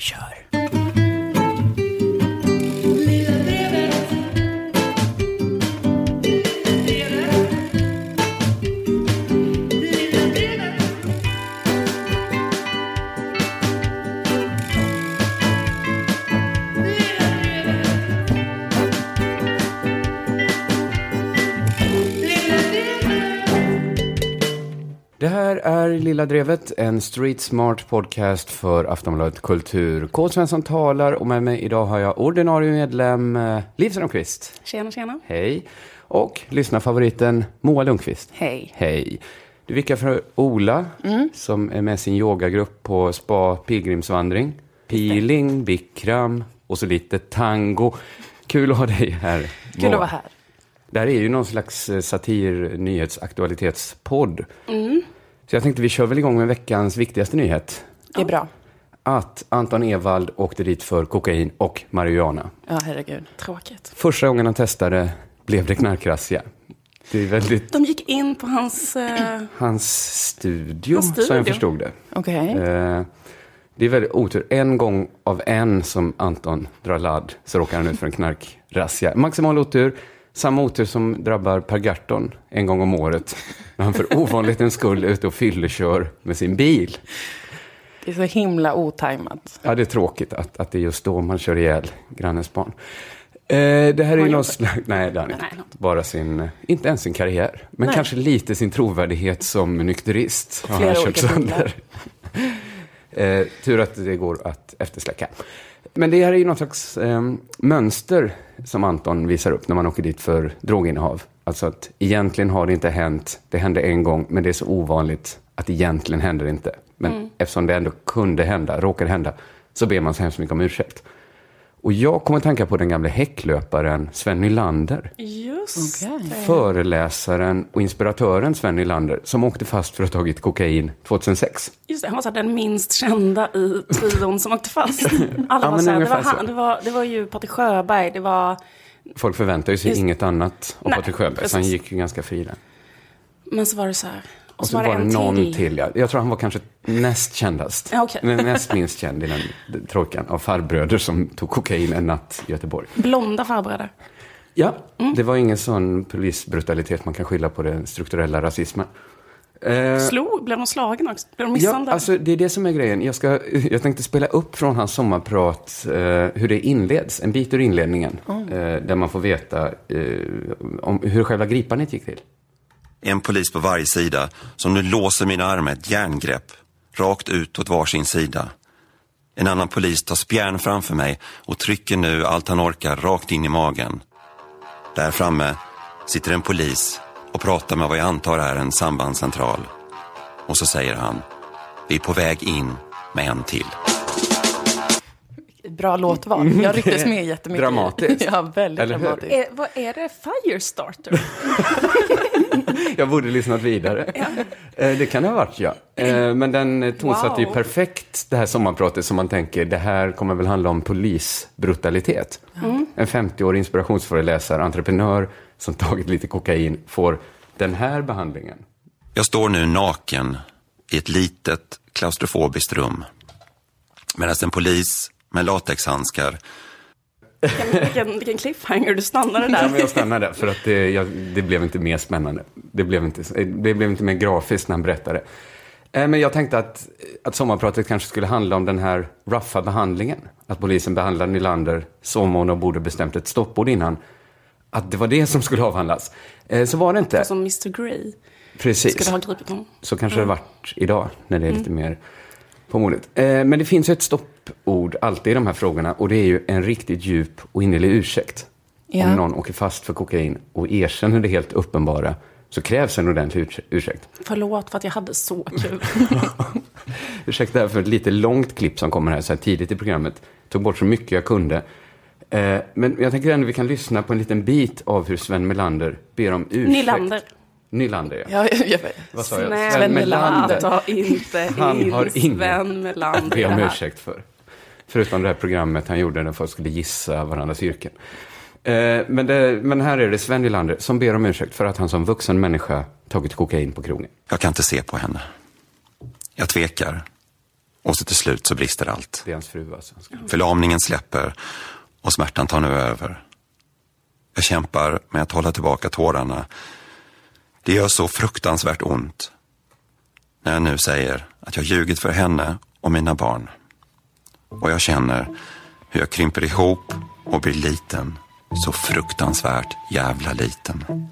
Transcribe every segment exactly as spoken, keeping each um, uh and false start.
Kör! Det här är Lilla Drevet, en street smart podcast för Aftonbladet Kultur. K. Svensson talar och med mig idag har jag ordinarie medlem Liv Strömqvist. Tjena, tjena. Hej. Och lyssnarfavoriten Moa Lundqvist. Hej. Hej. Du vickar för Ola mm. som är med sin yogagrupp på spa pilgrimsvandring. Peeling, bikram och så lite tango. Kul att ha dig här. Kul att vara här. Det här är ju någon slags satir, nyhetsaktualitetspodd. Mm. Så jag tänkte vi kör väl igång med veckans viktigaste nyhet. Det är bra. Att Anton Ewald åkte dit för kokain och marijuana. Ja, herregud. Tråkigt. Första gången han testade blev det knarkrazzia. Det är väldigt... De gick in på hans... Uh... Hans studio, hans studio, så jag förstod det. Okej. Okay. Eh, det är väldigt otur. En gång av en som Anton drar ladd så råkar han ut för en knarkrazzia. Maximal otur. Samma otur som drabbar Per Gahrton en gång om året. När han för ovanligt en skull ute och fyllekör med sin bil. Det är så himla otajmat. Ja, det är tråkigt att, att det är just då man kör ihjäl grannens barn. Eh, det här är ju någon slags... Nej, det är inte. Bara sin... Inte ens sin karriär. Men nej. Kanske lite sin trovärdighet som nykterist. Flera olika eh, Tur att det går att eftersläcka. Men det här är ju något slags eh, mönster som Anton visar upp när man åker dit för droginnehav. Alltså att egentligen har det inte hänt. Det hände en gång, men det är så ovanligt att egentligen händer det inte. Men mm. eftersom det ändå kunde hända, råkade hända, så ber man så hemskt mycket om ursäkt. Och jag kommer att tänka på den gamla häcklöparen Sven Nylander. Just okay. Föreläsaren och inspiratören Sven Nylander som åkte fast för att ha tagit kokain tjugohundrasex. Just det, han var så den minst kända i trion som åkte fast. Alla ja, var så här, det var han, det var, det var ju Patrik Sjöberg, det var... Folk förväntar sig just... inget annat om Patrik Sjöberg, så han gick ju ganska fri där. Men så var det så här... Och så, så var det, var det någon till. till ja. Jag tror han var kanske näst kändast. Okay. Men näst minst känd i den trojkan av farbröder som tog kokain en natt i Göteborg. Blonda farbröder. Ja, mm. Det var ingen sån polisbrutalitet man kan skylla på den strukturella rasismen. Eh, Slog? Blev de slagen också? Blev de misshandlade? Ja, alltså det är det som är grejen. Jag, ska, jag tänkte spela upp från hans sommarprat eh, hur det inleds. En bit ur inledningen. Mm. Eh, där man får veta eh, om hur själva gripandet gick till. En polis på varje sida som nu låser mina armar ett järngrepp rakt ut åt varsin sida. En annan polis tar spjärn framför mig och trycker nu allt han orkar rakt in i magen. Där framme sitter en polis och pratar med vad jag antar är en sambandscentral. Och så säger han: vi är på väg in med en till. Bra låtval. Jag rycktes med jättemycket. Dramatiskt. Ja, väldigt eller dramatiskt. Är, vad är det? Firestarter? Jag borde lyssnat vidare. Ja. Det kan det ha varit, ja. Men den tonsatte wow. ju perfekt det här sommarpratet som man tänker, det här kommer väl handla om polisbrutalitet. Mm. En femtio-årig inspirationsföreläsare, entreprenör som tagit lite kokain får den här behandlingen. Jag står nu naken i ett litet klaustrofobiskt rum. Medan en polis med latexhandskar. Vilken, vilken, vilken cliffhanger, du stannade där. Ja, men jag stannade för att det, jag, det blev inte mer spännande. Det blev inte, det blev inte mer grafiskt när han berättade. Eh, men jag tänkte att, att sommarpratet kanske skulle handla om den här ruffa behandlingen. Att polisen behandlade Nylander som om de borde bestämt ett stoppord innan. Att det var det som skulle avhandlas. Eh, så var det inte. Som mister Grey. Precis. Skulle ha gripit honom. Så kanske mm. det varit idag när det är lite mm. mer på modet. Eh, men det finns ju ett stoppord alltid i de här frågorna. Och det är ju en riktigt djup och innerlig ursäkt. Ja. Om någon åker fast för kokain och erkänner det helt uppenbara, så krävs en ordentlig urs- ursäkt. Förlåt för att jag hade så kul. Ursäkta för ett lite långt klipp som kommer här så här tidigt i programmet. Tog bort så mycket jag kunde. Eh, men jag tänker ändå vi kan lyssna på en liten bit av hur Sven Nylander ber om ursäkt. Nylander. Nylander, ja. Ja, jag vet. Vad sa jag? Sven, Sven Nylander. Ta inte han in har Sven Nylander. Be om ursäkt för. Förutom det här programmet han gjorde när folk skulle gissa varandras yrken. Eh, men, det, men här är det Sven Nylander som ber om ursäkt för att han som vuxen människa tagit kokain på krogen. Jag kan inte se på henne. Jag tvekar. Och så till slut så brister allt. Det är hans fru alltså. Förlamningen släpper och smärtan tar nu över. Jag kämpar med att hålla tillbaka tårarna. Det gör så fruktansvärt ont när jag nu säger att jag ljugit för henne och mina barn. Och jag känner hur jag krymper ihop och blir liten. Så fruktansvärt jävla liten.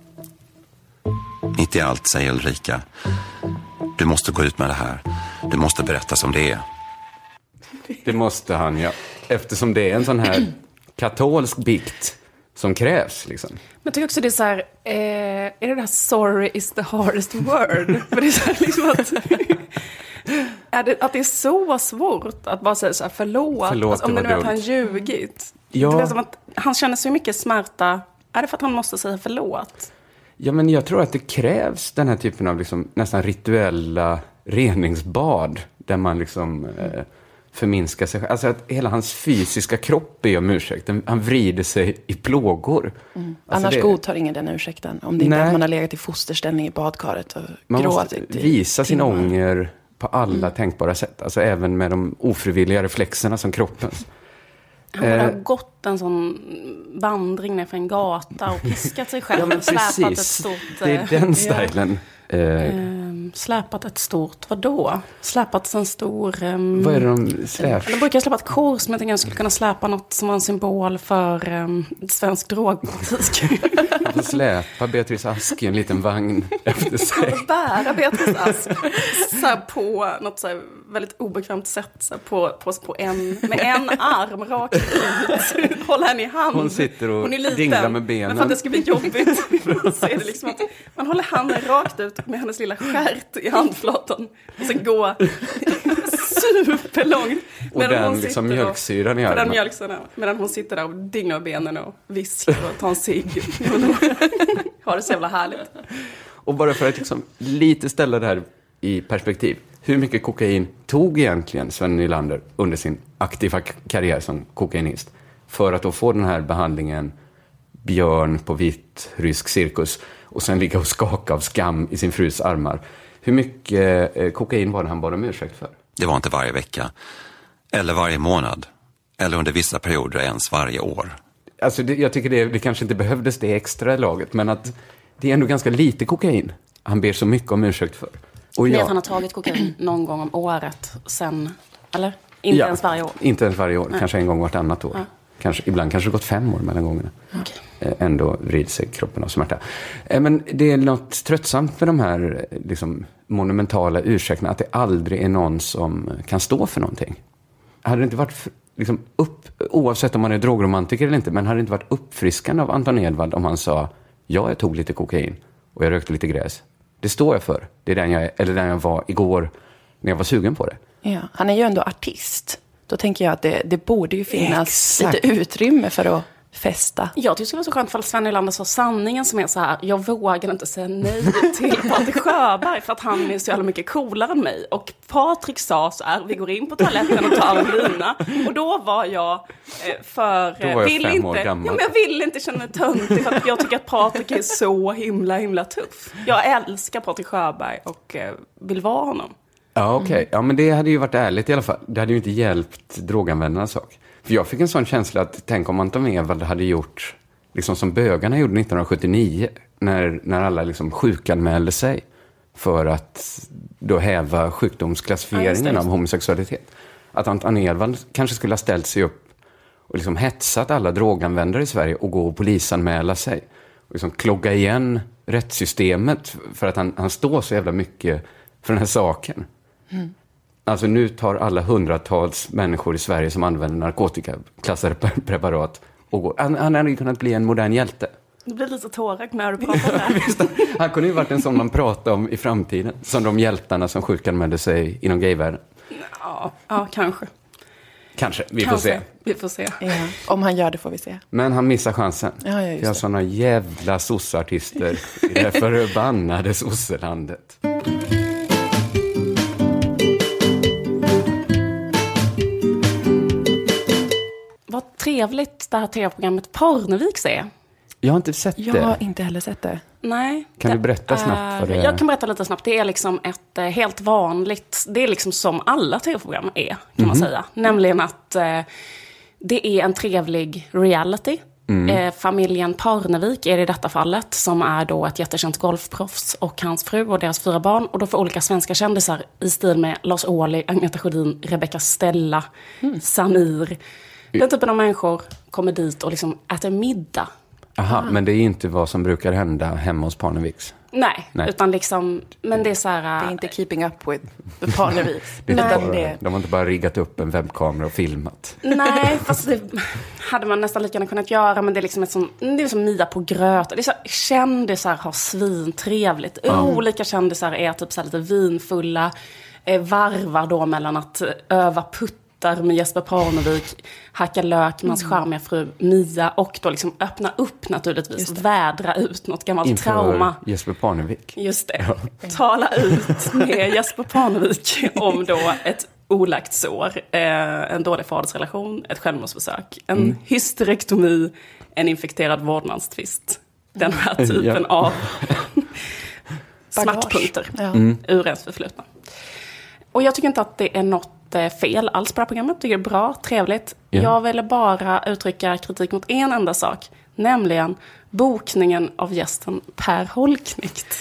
Mitt i allt, säger Ulrika. Du måste gå ut med det här. Du måste berätta som det är. Det måste han, ja. Eftersom det är en sån här katolsk bikt som krävs, liksom. Men jag tycker också det är så här, eh, är det där sorry is the hardest word? För det är så här liksom att, är det, att det är så svårt att bara säga så här, förlåt, förlåt alltså, om det nu är att han ljugit. Ja. Det är som att han känner så mycket smärta. Är det för att han måste säga förlåt? Ja, men jag tror att det krävs den här typen av liksom, nästan rituella reningsbad där man liksom eh, förminskar sig. Alltså att hela hans fysiska kropp är om ursäkten. Han vrider sig i plågor. Mm. Alltså annars det... godtar ingen den ursäkten. Om det inte är att man har legat i fosterställning i badkaret och man gråtit. Man måste visa sin timmar. ånger på alla mm. tänkbara sätt. Alltså även med de ofrivilliga reflexerna som kroppens. Han har eh, gått en sån vandring ner för en gata och piskat sig själv. Ja, men släpat ett stort... Det är den stilen. Ja. Eh, släpat ett stort, vadå? Släpat en stor... Um, Vad är det de släpar? De brukar släpa ett kors som jag tänkte jag skulle kunna släpa något som var en symbol för um, svensk drogpolitik. Han får släpa Beatrice Ask i en liten vagn efter sig. Han bära Beatrice Ask så här, på något så här, väldigt obekvämt sätt så här, på, på, på en, med en arm rakt ut. Hålla henne i hand. Hon sitter och Hon dinglar med benen. Men för att det ska bli jobbigt så är det liksom att man håller handen rakt ut med hennes lilla skärt i handflatan och så gå superlångt. Och den liksom mjölksyran i armen. Den mjölksyran, medan hon sitter där och dinglar benen och viskar och tar en cigg. Har det så jävla härligt. Och bara för att liksom lite ställa det här i perspektiv. Hur mycket kokain tog egentligen Sven Nylander under sin aktiva karriär som kokainist för att då få den här behandlingen björn på vit rysk cirkus och sen ligga och skaka av skam i sin frus armar? Hur mycket eh, kokain var det han bad om ursäkt för? Det var inte varje vecka. Eller varje månad. Eller under vissa perioder ens varje år. Alltså det, jag tycker det, det kanske inte behövdes det extra laget. Men att det är ändå ganska lite kokain han ber så mycket om ursäkt för. Och jag... jag... att han har tagit kokain någon gång om året sen, eller? Inte ja, ens varje år? Inte ens varje år. Nej. Kanske en gång vartannat år. Ja. Kanske, ibland kanske det gått fem år mellan gångerna. Okay. Ändå vrider sig kroppen av smärta. Men det är något tröttsamt med de här liksom, monumentala ursäkterna. Att det aldrig är någon som kan stå för någonting. Hade det inte varit liksom, upp, oavsett om man är drogromantiker eller inte, men hade det inte varit uppfriskande av Anton Edwall om han sa, ja, jag tog lite kokain och jag rökte lite gräs. Det står jag för. Det är den jag är, eller den jag var igår när jag var sugen på det. Ja, han är ju ändå artist. Då tänker jag att det, det borde ju finnas Exakt. lite utrymme för att festa. Jag tycker det skulle vara så skönt för Sven Nylander sa sanningen som är så här, jag vågar inte säga nej till Patrik Sjöberg för att han är så jävla mycket coolare än mig. Och Patrik sa så här, vi går in på toaletten och tar en lina. Och då var jag eh, för... Då var jag vill fem inte, år gammal. Ja, men jag vill inte känna mig töntig för att jag tycker att Patrik är så himla, himla tuff. Jag älskar Patrik Sjöberg och eh, vill vara honom. Ja, okej. Okay. Ja, men det hade ju varit ärligt i alla fall. Det hade ju inte hjälpt droganvändarnas sak. För jag fick en sån känsla att tänk om Anton Edwall hade gjort liksom som bögarna gjorde nittonhundrasjuttionio när, när alla liksom sjukanmälde sig för att då häva sjukdomsklassifieringen ja, av homosexualitet. Att Anton Edwall kanske skulle ha ställt sig upp och liksom hetsat alla droganvändare i Sverige och gå och polisanmäla sig. Och liksom klogga igen rättssystemet för att han, han står så jävla mycket för den här saken. Mm. Alltså nu tar alla hundratals människor i Sverige som använder narkotikaklassade preparat och går. Han, han hade ju kunnat bli en modern hjälte. Det blir lite tårigt när du pratar där. Ja, han kunde ju varit en sån man pratar om i framtiden. Som de hjältarna som sjukanmälde sig inom gayvärlden. Ja, ja, kanske. Kanske, vi kanske. får se. Vi får se. Ja. Om han gör det får vi se. Men han missar chansen. Ja, ja, just Vi har såna jävla sossartister i det här förbannade sosselandet. Vad trevligt det här tv-programmet Parneviks är. Jag har inte sett Jag det. har inte heller sett det. Nej. Kan det du berätta snabbt är, vad det är? Jag kan berätta lite snabbt. Det är liksom ett eh, helt vanligt, det är liksom som alla tv-program är, kan mm. man säga. Nämligen att eh, det är en trevlig reality. Mm. Eh, familjen Parnevik är det i detta fallet, som är då ett jättekänt golfproffs och hans fru och deras fyra barn. Och då får olika svenska kändisar i stil med Lars Ohly, Agneta Sjödin, Rebecca Stella, mm. Samir. Den typen av människor kommer dit och liksom äter middag. Aha, ah. Men det är inte vad som brukar hända hemma hos Parneviks. Nej, Nej, utan liksom, men det är så här... Det är inte keeping up with the Parneviks. det är bara, det... De har inte bara riggat upp en webbkamera och filmat. Nej, fast det hade man nästan lika gärna kunnat göra, men det är liksom ett som, det är som Mia på gröt. Det är så här, kändisar har svintrevligt. Mm. Olika kändisar är typ så här lite vinfulla, eh, varvar då mellan att öva putt med Jesper Parnevik, hacka lök med hans mm. charmiga fru Mia och då liksom öppna upp naturligtvis, vädra ut något gammalt inför trauma. Jesper Parnevik. Just det. Ja. Tala ut med Jesper Parnevik om då ett olagt sår, eh, en dålig fadersrelation, ett självmordsförsök, en mm. hysterektomi, en infekterad vårdnadstvist. Den här typen ja. av smärtpunkter ja. mm. ur ens förflutna. Och jag tycker inte att det är något fel alls på det här programmet. Jag tycker det är bra, trevligt. Yeah. Jag ville bara uttrycka kritik mot en enda sak. Nämligen bokningen av gästen Per Holknekt.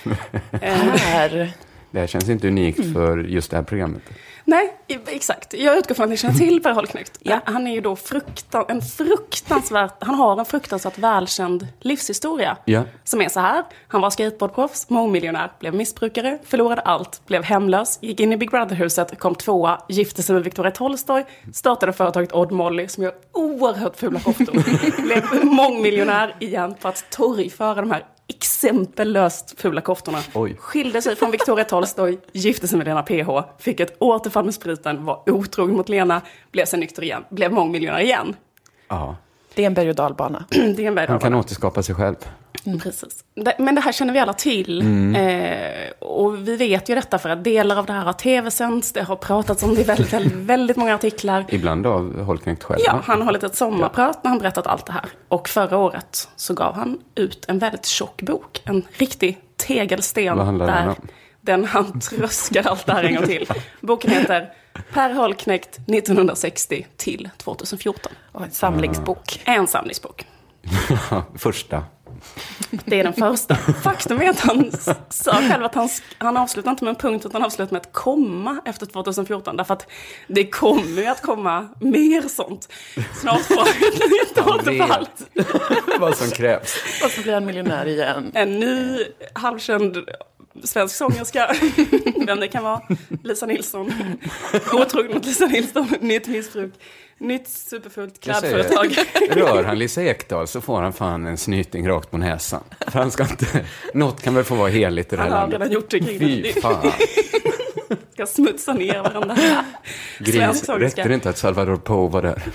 Här. Det här känns inte unikt för just det här programmet. Nej, exakt. Jag utgår från att ni känner till Per Holknekt. Ja. Han är ju då fruktan, en fruktansvärt, han har en fruktansvärt välkänd livshistoria. Ja. Som är så här. Han var skateboardproffs, mångmiljonär, blev missbrukare, förlorade allt, blev hemlös, gick in i Big Brother-huset, kom tvåa, gifte sig med Victoria Tolstoy, startade företaget Odd Molly som gör oerhört fula koftor. Blev mångmiljonär igen på att torgföra de här exempellöst fula koftorna. Oj. Skilde sig från Victoria Tolstoy, gifte sig med Lena P H, fick ett återfall med spriten, var otrogen mot Lena, blev sen nykter igen, blev mångmiljonär igen. Ja. Det är en berg- och dalbana. Det är en berg- och dalbana. Han kan återskapa sig själv. Mm. Precis. Det, men det här känner vi alla till. Mm. Eh, och vi vet ju detta för att delar av det här har tv-sänds. Det har pratats om det i väldigt, väldigt, väldigt många artiklar. Ibland av Holknekt själv. Ja, han har hållit ett sommarprat när han berättat allt det här. Och förra året så gav han ut en väldigt tjock bok. En riktig tegelsten. Vad handlar den om? Den han tröskar allt det här en gång till. Boken heter Per Holknekt nittonhundrasextio till tjugohundrafjorton. Och en samlingsbok. En samlingsbok. Första. Det är den första. Faktum är att han sa själv att han, han avslutar inte med en punkt utan avslutar med ett komma efter tjugohundrafjorton. Därför att det kommer ju att komma mer sånt. Snart får han ett nytt återfall. Vad som krävs. Och så blir han miljonär igen. En ny halvkänd svensk sångerska. Vem det kan vara. Lisa Nilsson. Otrogen mot Lisa Nilsson. Nytt missbruk. Nytt superfullt klädföretag. Rör han Lisa Ekdahl så får han fan en snyting rakt på näsan. För han ska inte... Något kan väl få vara heligt i det här landet. Han har redan gjort det kring Fy fan. Ska smutsa ner varandra. Gris, räckte det inte att Salvador Poe var där?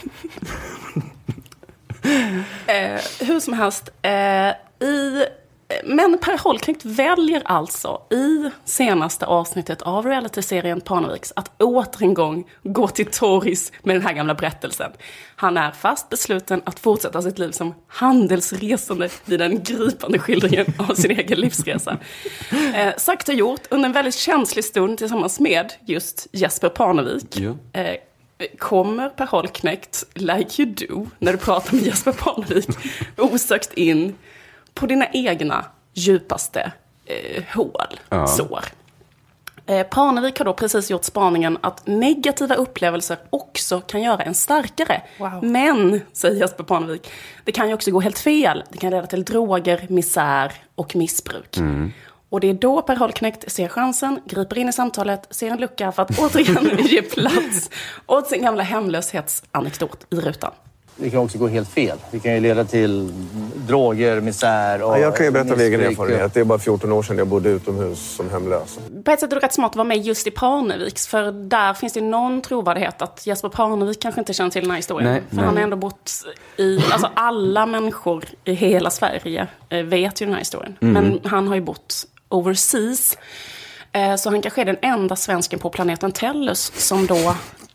eh, hur som helst. Eh, i... Men Per Holknekt väljer alltså i senaste avsnittet av realityserien Parneviks att åter en gång gå till torgs med den här gamla berättelsen. Han är fast besluten att fortsätta sitt liv som handelsresande vid den gripande skildringen av sin egen livsresa. Eh, sagt och gjort under en väldigt känslig stund tillsammans med just Jesper Parnevik. Ja. Eh, kommer Per Holknekt, like you do, när du pratar med Jesper Parnevik, osökt in på dina egna djupaste eh, hål, ja. sår. Eh, Parnevik har då precis gjort spaningen att negativa upplevelser också kan göra en starkare. Wow. Men, säger Jesper Parnevik, det kan ju också gå helt fel. Det kan leda till droger, misär och missbruk. Mm. Och det är då Per Holknekt ser chansen, griper in i samtalet, ser en lucka för att återigen ge plats åt sin gamla hemlöshetsanekdot i rutan. Det kan också gå helt fel. Det kan ju leda till droger, misär och... Ja, jag kan ju berätta av egen erfarenhet. Det är bara fjorton år sedan jag bodde utomhus som hemlös. På ett sätt är det rätt smart att vara med just i Parneviks. För där finns det någon trovärdighet att Jesper Parnevik kanske inte känner till den här historien. Nej, för nej. Han har ändå bott i... Alltså alla människor i hela Sverige vet ju den här historien. Mm. Men han har ju bott overseas. Så han kanske är den enda svensken på planeten Tellus som då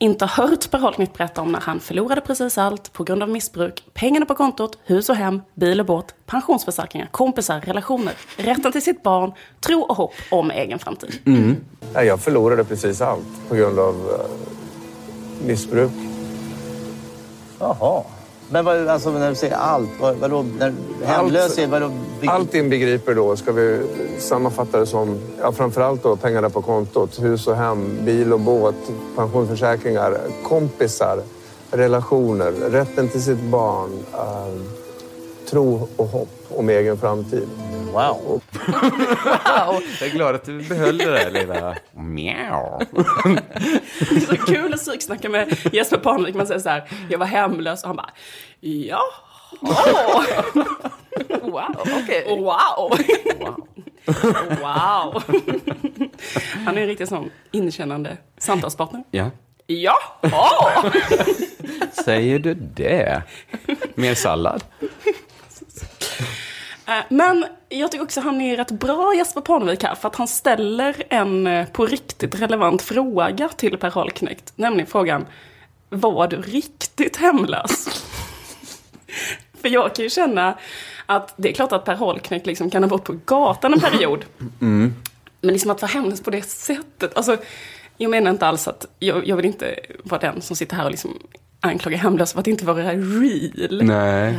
inte hört Per Holknekt berätta om när han förlorade precis allt på grund av missbruk, pengarna på kontot, hus och hem, bil och båt, pensionsförsäkringar, kompisar, relationer, rätten till sitt barn, tro och hopp om egen framtid. Mm. Nej, jag förlorade precis allt på grund av uh, missbruk. Jaha. Men vad, alltså, när du säger allt, vad, vadå, när hemlös är, vadå? Allt inbegriper då, ska vi sammanfatta det som, ja, framförallt då pengarna på kontot, hus och hem, bil och båt, pensionsförsäkringar, kompisar, relationer, rätten till sitt barn, uh, tro och hopp om egen framtid. Wow. Wow. Jag är glad att du behöll det där lilla mjau. Det är så kul att psyksnacka med Jesper Parnevik. Man säger så här, jag var hemlös och han bara, ja. Oh. Wow, okej. Okay. Wow. Wow. Wow. Han är en riktigt sån inkännande samtalspartner. Ja. Ja. Oh. Säger du det? Mer sallad? Men jag tycker också att han är rätt bra, Jesper Parnevik här, för att han ställer en på riktigt relevant fråga till Per Holknekt. Nämligen frågan, var du riktigt hemlös? För jag kan ju känna att det är klart att Per Holknekt liksom kan ha varit på gatan en period. Mm. Men liksom att vara hemlös på det sättet. Alltså, jag menar inte alls att jag, jag vill inte vara den som sitter här och liksom anklagar hemlös för att inte vara real. Nej.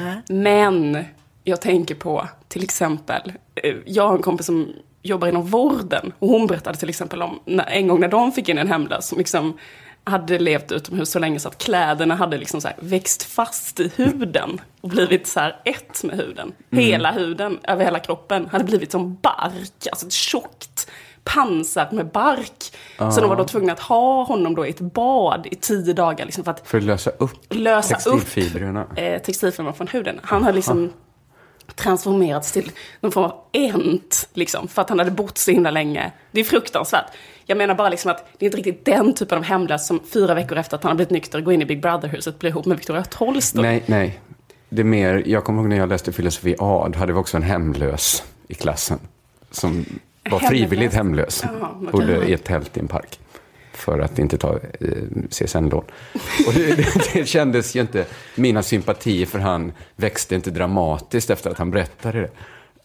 Men jag tänker på till exempel, jag har en kompis som jobbar inom vården och hon berättade till exempel om när, en gång när de fick in en hemlös som liksom hade levt utomhus så länge så att kläderna hade liksom så här växt fast i huden och blivit så här ett med huden. Mm. Hela huden över hela kroppen hade blivit som bark, alltså ett tjockt pansar med bark. Ah. Så de var då tvungna att ha honom då i ett bad i tio dagar liksom för att, för att lösa upp lösa textilfibrerna. Upp, eh, textilfibrerna från huden. Han hade liksom transformerats till någon form av ent, liksom, för att han hade bott så himla länge. Det är fruktansvärt. Jag menar bara liksom att det är inte riktigt den typen av hemlös som fyra veckor efter att han har blivit nykter går in i Big Brother-huset och blir ihop med Victoria Tolstoy. Nej, nej. Det är mer, jag kommer ihåg när jag läste filosofi A, då hade vi också en hemlös i klassen som var hemlös. frivilligt hemlös. Aha, bodde i ett tält i en park för att inte ta eh, C S N-lån. Och det, det, det kändes ju inte, mina sympatier för han växte inte dramatiskt efter att han berättade det.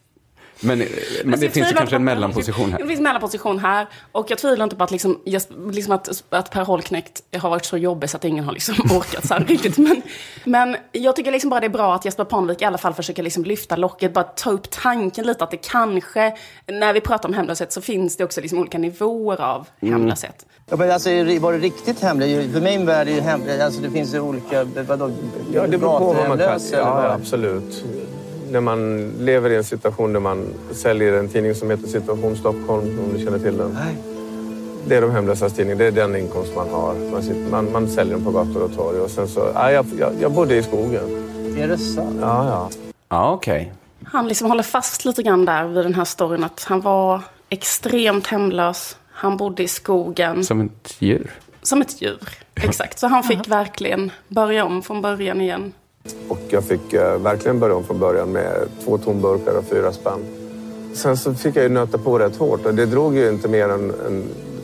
Men, men, men det finns ju kanske en mellanposition här. Det finns en mellanposition här. Och jag tvivlar inte på att, liksom, just, liksom att, att Per Holknekt har varit så jobbig så att ingen har liksom orkat så här riktigt. Men, men jag tycker liksom bara det är bra att Jesper Parnevik i alla fall försöker liksom lyfta locket. Bara ta upp tanken lite att det kanske, när vi pratar om hemlöshet så finns det också liksom olika nivåer av hemlöshet. Mm. Ja, men alltså, var det riktigt hemlös? För mig är det ju hemlös. Alltså det finns ju olika, vadå? Ja, det beror på vad man kan. Ja, absolut. När man lever i en situation där man säljer en tidning som heter Situation Stockholm, om du känner till den. Nej. Det är de hemlösas tidning, det är den inkomst man har. Man, sitter, man, man säljer den på gator och torg. Och sen så, ja, jag, jag, jag bodde i skogen. Är det sant? Ja, ja. Ja, okej. Okay. Han liksom håller fast lite grann där vid den här storyn att han var extremt hemlös. Han bodde i skogen. Som ett djur. Som ett djur, exakt. Så han fick verkligen börja om från början igen. Och jag fick uh, verkligen börja om från början med två tomburkar och fyra spänn. Sen så fick jag ju nöta på rätt hårt. Och det drog ju inte mer än, än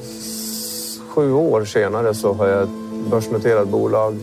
s- sju år senare så har jag ett börsnoterat bolag.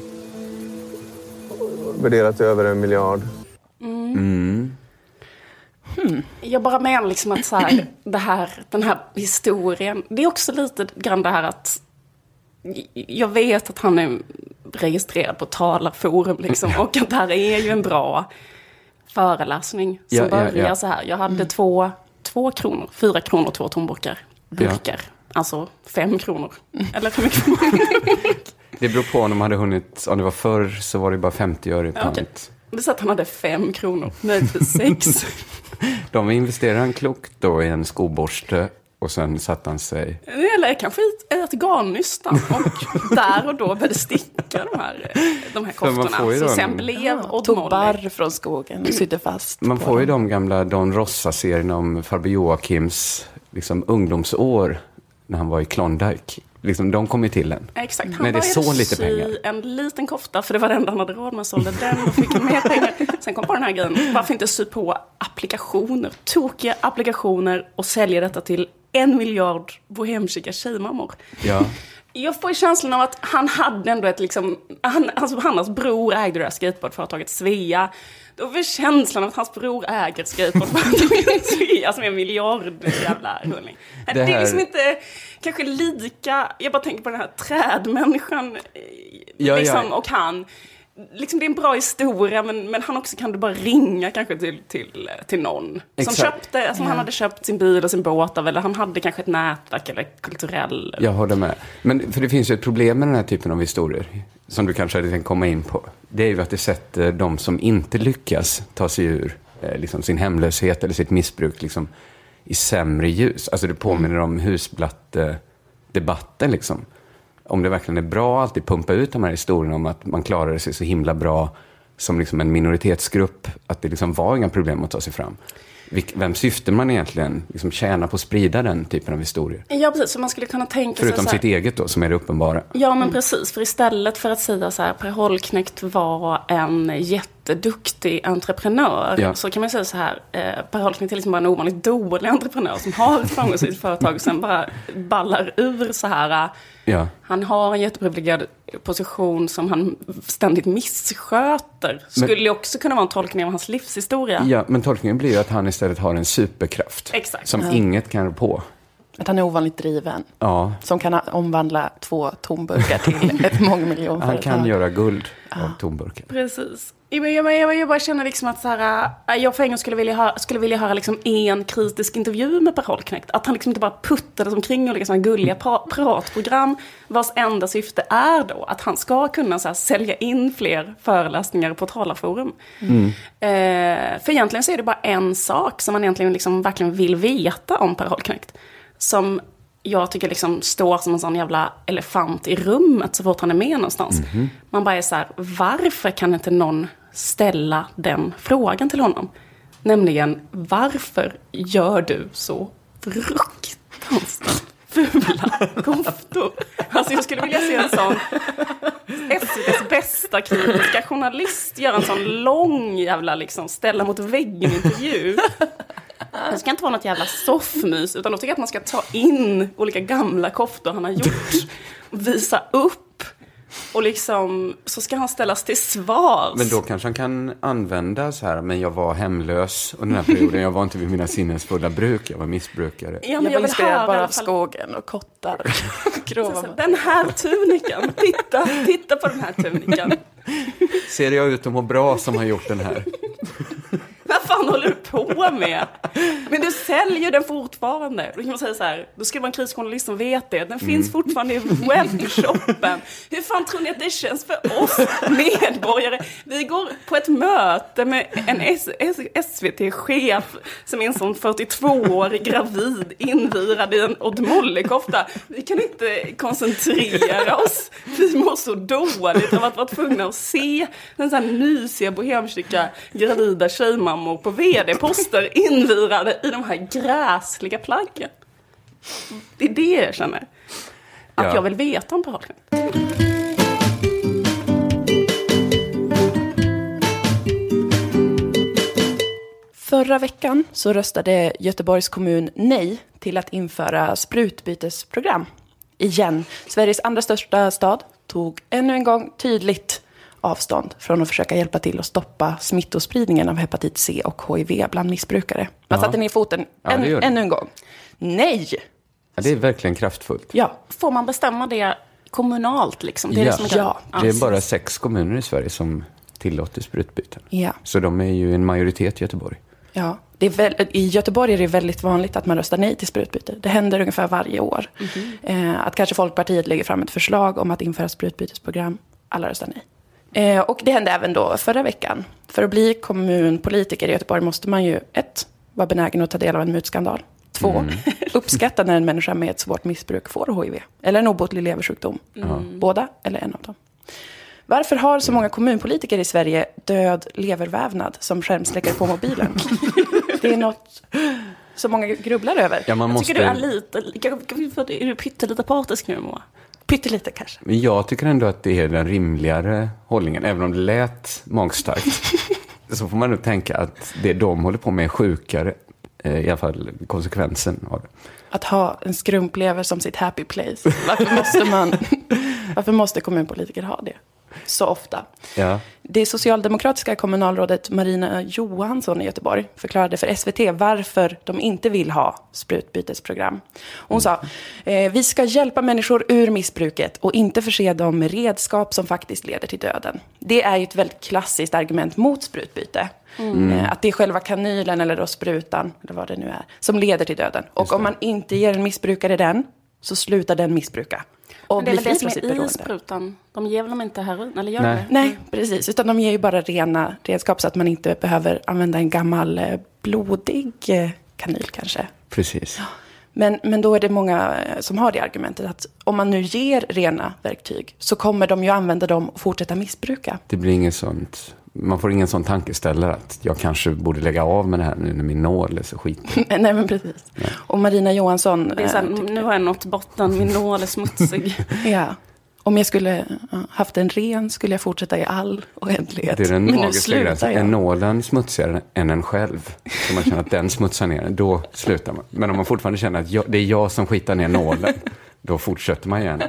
Värderat över en miljard. Mm. Mm. Hmm. Jag bara menar liksom att så här, det här, den här historien, det är också lite grann det här att jag vet att han är registrerad på Talarforum liksom, och att det här är ju en bra föreläsning som ja, börjar ja, ja. så här. Jag hade mm. två, två kronor, fyra kronor, två tomburkar. Burkar. Ja. Alltså fem kronor. Eller hur mycket? Det beror på om de hade hunnit, om det var förr så var det bara femtio öre i pant. Okay. Det så att han hade fem kronor, möjligtvis sex. De investerade han klokt då i en skoborste och sen satt han sig... Eller kanske i ett garnnystan och där och då började sticka de här, de här koftorna. Så sen blev och tog barr från skogen och sydde fast. Man får ju de gamla Don Rossa-serierna om farbror Joakims liksom, ungdomsår när han var i Klondike. Liksom, de kom ju till en. Exakt, han när det är så lite pengar. En liten kofta, för det var den han hade råd med, sålde den och fick mer pengar. Sen kom på den här grejen, varför inte sy på applikationer, tokiga applikationer och sälja detta till en miljard bohemska tjejmammor. Ja. Jag får känslan av att han hade ändå ett liksom, han, alltså hans bror ägde det här skateboardföretaget Svea. Då får känslan av att hans bror äger skateboardföretaget Svea som är en miljard jävla rullning. Det, här... det är liksom inte kanske lika, jag bara tänker på den här trädmänniskan ja, liksom, ja. och han. Liksom det är en bra historia, men, men han också kan du bara ringa kanske till, till, till någon Exakt. som köpte, som ja. han hade köpt sin bil och sin båt av, eller han hade kanske ett nätverk eller kulturell. Jag håller med. Men för det finns ju ett problem med den här typen av historier som du kanske hade tänkt komma in på. Det är ju att det sätter de som inte lyckas ta sig ur eh, liksom sin hemlöshet eller sitt missbruk liksom, i sämre ljus. Alltså det påminner om husblatt-debatten liksom. Om det verkligen är bra att alltid pumpa ut de här historierna om att man klarade sig så himla bra som liksom en minoritetsgrupp, att det liksom var inga problem att ta sig fram. Vem syftar man egentligen liksom tjäna på att sprida den typen av historier? Ja, precis. Så man skulle kunna tänka Förutom sig så här, sitt eget då, som är det uppenbara. Ja, men precis. För istället för att säga så här, Per Holknekt var en jätteduktig entreprenör, ja. så kan man säga så här, eh, Per Holknekt är liksom bara en ovanligt dålig entreprenör som har ett framgångsrikt företag och sen bara ballar ur så här. Ja. Han har en jätteprivilegierad position som han ständigt missköter. Skulle men, också kunna vara en tolkning av hans livshistoria. Ja, men tolkningen blir ju att han istället har en superkraft. Exakt. Som ja. inget kan rå på. Att han är ovanligt driven. Ja. Som kan omvandla två tomburkar till ett mångmiljonföretag. Han kan göra guld ja. av tomburkar. Precis. Jag, jag, jag, jag bara känner liksom att så här, jag för en gång skulle vilja höra, skulle vilja höra liksom en kritisk intervju med Per Holknekt. Att han liksom inte bara puttade omkring och liksom gulliga pra- pratprogram vars enda syfte är då att han ska kunna så här, sälja in fler föreläsningar på Talarforum. Mm. Eh, för egentligen så är det bara en sak som man egentligen liksom verkligen vill veta om Per Holknekt. Som jag tycker liksom står som en sån jävla elefant i rummet så fort han är med någonstans. Mm-hmm. Man bara är så här, varför kan inte någon ställa den frågan till honom? Nämligen, varför gör du så fruktansvärt fula koftor? Alltså jag skulle vilja se en sån S V T:s bästa kritiska journalist göra en sån lång jävla liksom ställa mot väggen intervju. Det ska inte vara något jävla soffmys, utan jag tycker att man ska ta in olika gamla koftor han har gjort och visa upp. Och liksom, så ska han ställas till svars. Men då kanske han kan använda så här, men jag var hemlös under den här perioden. Jag var inte vid mina sinnesfulla bruk, jag var missbrukare. Ja, men jag, jag var inspirerad bara av fall... skogen och kottar. så, den här tunikan, titta, titta på den här tunikan. Ser jag ut att må bra som har gjort den här? Vad fan håller du på med? Men du säljer den fortfarande. Då kan man säga så här, då ska det vara en krisjournalist som vet det. Den mm. finns fortfarande i webbshoppen. Hur fan tror ni att det känns för oss medborgare? Vi går på ett möte med en S- S- S V T-chef som är en sån fyrtiotvåårig gravid invirad i en Odd Molly-kofta. Vi kan inte koncentrera oss. Vi mår så dåligt av att vara tvungna att se den så här mysiga bohemska gravida tjejmammor på vd-poster invirade i de här gräsliga plaggen. Det är det jag känner. Att ja. jag vill veta om Per Holknekt. Förra veckan så röstade Göteborgs kommun nej till att införa sprutbytesprogram. Igen, Sveriges andra största stad tog ännu en gång tydligt avstånd från att försöka hjälpa till att stoppa smittospridningen av hepatit C och H I V bland missbrukare. Man satte ner foten ja, än, ännu en gång. Nej! Ja, det är verkligen kraftfullt. Ja. Får man bestämma det kommunalt liksom? Det är, ja. det, som ja. det är bara sex kommuner i Sverige som tillåter sprutbyten. Ja. Så de är ju en majoritet i Göteborg. Ja, det är väl, i Göteborg är det väldigt vanligt att man röstar nej till sprutbyte. Det händer ungefär varje år. Mm-hmm. Eh, att kanske Folkpartiet lägger fram ett förslag om att införa sprutbytesprogram. Alla röstar nej. Eh, och det hände även då förra veckan. För att bli kommunpolitiker i Göteborg måste man ju ett, vara benägen att ta del av en mutskandal. Två, mm. uppskatta när en människa med ett svårt missbruk får H I V. Eller en obotlig leversjukdom. Mm. Båda eller en av dem. Varför har så många kommunpolitiker i Sverige död levervävnad som skärmsläckare på mobilen? Det är något som många grubblar över. Ja, man jag måste... tycker du är lite, är du pyttelite partisk nu, Moa? Pyttelite kanske. Men jag tycker ändå att det är den rimligare hållningen. Även om det lät magstarkt. Så får man nog tänka att det de håller på med är sjukare i alla fall konsekvensen av det. Att ha en skrumplever som sitt happy place. Varför måste man, varför måste kommunpolitiker ha det så ofta? Ja. Det socialdemokratiska kommunalrådet Marina Johansson i Göteborg förklarade för S V T varför de inte vill ha sprutbytesprogram. Hon sa, eh, vi ska hjälpa människor ur missbruket och inte förse dem med redskap som faktiskt leder till döden. Det är ju ett väldigt klassiskt argument mot sprutbyte. Mm. Eh, att det är själva kanylen eller då sprutan, eller vad det nu är, som leder till döden. Och om man inte ger en missbrukare den, så slutar den missbruka. Och det är väl det som är i sprutan. De ger väl dem inte heroin, eller gör Nej. det? Nej, precis. Utan de ger ju bara rena redskap så att man inte behöver använda en gammal eh, blodig eh, kanyl kanske. Precis. Men, men då är det många som har det argumentet att om man nu ger rena verktyg så kommer de ju använda dem och fortsätta missbruka. Det blir inget sånt... Man får ingen sån tankeställare att jag kanske borde lägga av med det här nu när min nål är så skit. Nej, men precis. Nej. Och Marina Johansson... Det är så här, nu har jag nått botten, min nål är smutsig. Ja. Om jag skulle ja, haft en ren skulle jag fortsätta i all oändlighet. Det är den magiska gränsen. Är nålen smutsigare än en själv? Så man känner att den smutsar ner, då slutar man. Men om man fortfarande känner att jag, det är jag som skitar ner nålen, då fortsätter man gärna.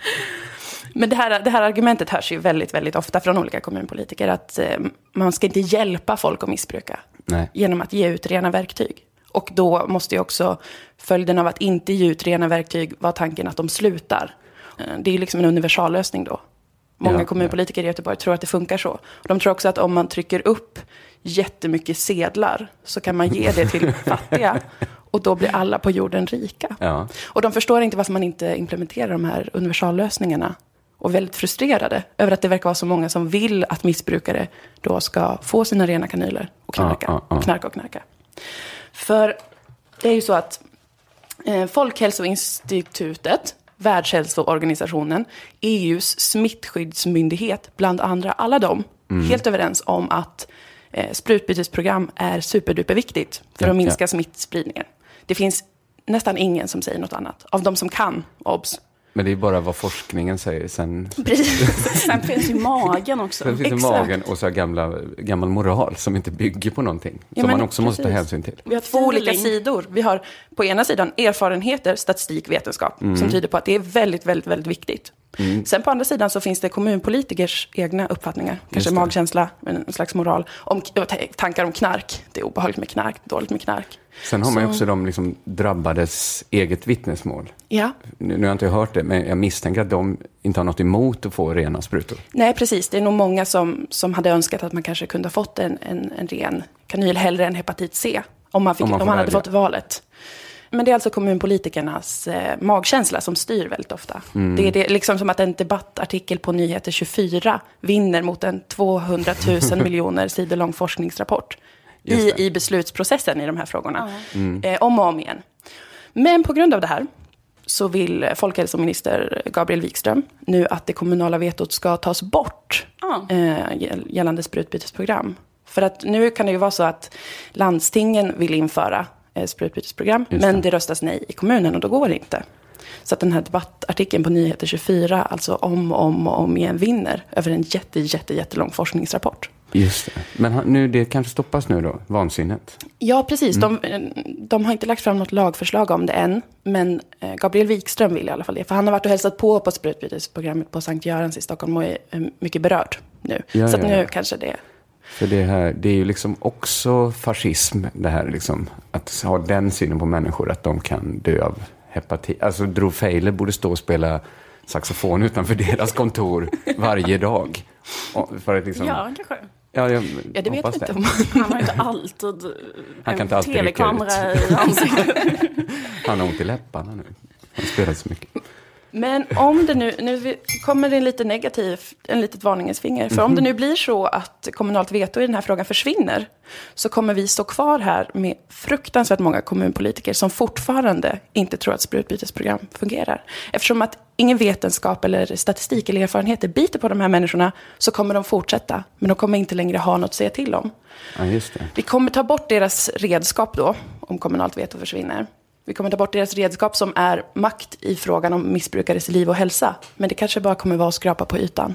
Men det här, det här argumentet hörs ju väldigt, väldigt ofta från olika kommunpolitiker. Att eh, man ska inte hjälpa folk att missbruka. Nej. Genom att ge ut rena verktyg. Och då måste ju också följden av att inte ge ut rena verktyg vara tanken att de slutar. Eh, det är ju liksom en universallösning då. Många ja, kommunpolitiker ja. i Göteborg tror att det funkar så. De tror också att om man trycker upp jättemycket sedlar så kan man ge det till fattiga. Och då blir alla på jorden rika. Ja. Och de förstår inte varför man inte implementerar de här universallösningarna. Och väldigt frustrerade över att det verkar vara så många som vill att missbrukare då ska få sina rena kanyler och knarka, ah, ah, ah. knarka och knarka. För det är ju så att eh, Folkhälsoinstitutet, Världshälsoorganisationen, E U:s smittskyddsmyndighet, bland andra alla de, mm. helt överens om att eh, sprutbytesprogram är superduperviktigt för ja, att minska ja. smittspridningen. Det finns nästan ingen som säger något annat. Av de som kan, obs. Men det är bara vad forskningen säger. Sen, sen finns ju magen också. Sen finns det magen och så här gamla, gammal moral som inte bygger på någonting. Ja, som man också precis. måste ta hänsyn till. Vi har två olika sidor. Vi har på ena sidan erfarenheter, statistik, vetenskap. Mm. Som tyder på att det är väldigt, väldigt, väldigt viktigt. Mm. Sen på andra sidan så finns det kommunpolitikers egna uppfattningar. Kanske magkänsla, en slags moral. Om, tankar om knark. Det är obehagligt med knark, dåligt med knark. Sen har man ju också de liksom drabbades eget vittnesmål. Ja. Nu, nu har jag inte hört det, men jag misstänker att de inte har något emot att få rena sprutor. Nej, precis. Det är nog många som, som hade önskat att man kanske kunde ha fått en, en, en ren kanyl hellre än hepatit C. Om man, fick, om man, om man hade fått valet. Men det är alltså kommunpolitikernas eh, magkänsla som styr väldigt ofta. Mm. Det är det, liksom som att en debattartikel på Nyheter tjugofyra vinner mot en tvåhundratusen miljoner sidor lång forskningsrapport. I, I beslutsprocessen i de här frågorna. Mm. Eh, om och om igen. Men på grund av det här så vill folkhälsominister Gabriel Wikström nu att det kommunala vetot ska tas bort mm. eh, gällande sprutbytesprogram. För att nu kan det ju vara så att landstingen vill införa eh, sprutbytesprogram, det. men det röstas nej i kommunen och då går det inte. Så att den här debattartikeln på Nyheter tjugofyra alltså om och om, om igen vinner över en jätte, jätte, jättelång forskningsrapport. Just det. Men nu, det kanske stoppas nu då, vansinnet? Ja, precis. Mm. De, de har inte lagt fram något lagförslag om det än. Men Gabriel Wikström vill i alla fall det. För han har varit och hälsat på på sprutbytesprogrammet på Sankt Görans i Stockholm och är mycket berörd nu. Ja, så att nu ja. kanske det... För det här, det är ju liksom också fascism, det här liksom. Att ha den synen på människor att de kan dö av hepatit. Alltså Drew Feiler borde stå och spela saxofon utanför deras kontor varje dag. För att liksom... Ja, kanske. Ja, jag, ja, det vet jag inte. Han har inte alltid han kan inte alltid tv-kamera i ansiktet. Han har ont i läpparna nu. Han spelar så mycket. Men om det nu, nu kommer det en lite negativ, en litet varningens finger. För mm-hmm. om det nu blir så att kommunalt veto i den här frågan försvinner, så kommer vi stå kvar här med fruktansvärt många kommunpolitiker som fortfarande inte tror att sprutbytesprogram fungerar. Eftersom att ingen vetenskap eller statistik eller erfarenheter biter på de här människorna, så kommer de fortsätta. Men de kommer inte längre ha något att säga till om. Ja, just det. Vi kommer ta bort deras redskap då, om kommunalt veto försvinner. Vi kommer ta bort deras redskap som är makt i frågan om missbrukares liv och hälsa. Men det kanske bara kommer vara att skrapa på ytan.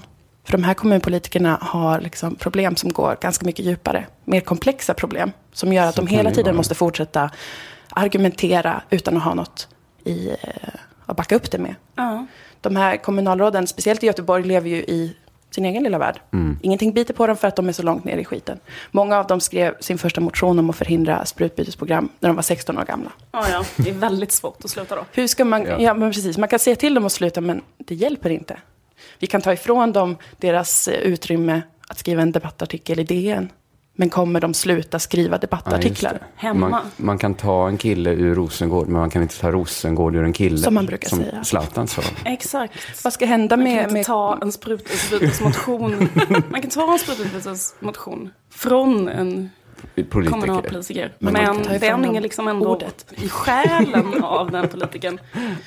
För de här kommunpolitikerna har liksom problem som går ganska mycket djupare. Mer komplexa problem som gör att Så de hela tiden vara. måste fortsätta argumentera utan att ha något i, eh, att backa upp det med. Ja. De här kommunalråden, speciellt i Göteborg, lever ju i sin egen lilla värld. Mm. Ingenting biter på dem för att de är så långt ner i skiten. Många av dem skrev sin första motion om att förhindra sprutbytesprogram när de var sexton år gamla. Ja, ja, det är väldigt svårt att sluta då. Hur ska man, Ja. ja. men precis, man kan säga till dem att sluta, men det hjälper inte. Vi kan ta ifrån dem deras eh, utrymme att skriva en debattartikel i D N. Men kommer de sluta skriva Ja, debattartiklar? just det. Hemma. Man, man kan ta en kille ur Rosengård, men man kan inte ta Rosengård ur en kille. Som man brukar säga. Zlatan sa. Exakt. Vad ska hända Man kan med... inte med ta en sprututbytesmotion. Man kan ta en sprututbytesmotion från en Politiker. kommunalpolitiker. Man kan Men ta ifrån den dem är liksom ändå ordet. i själen av den politikern.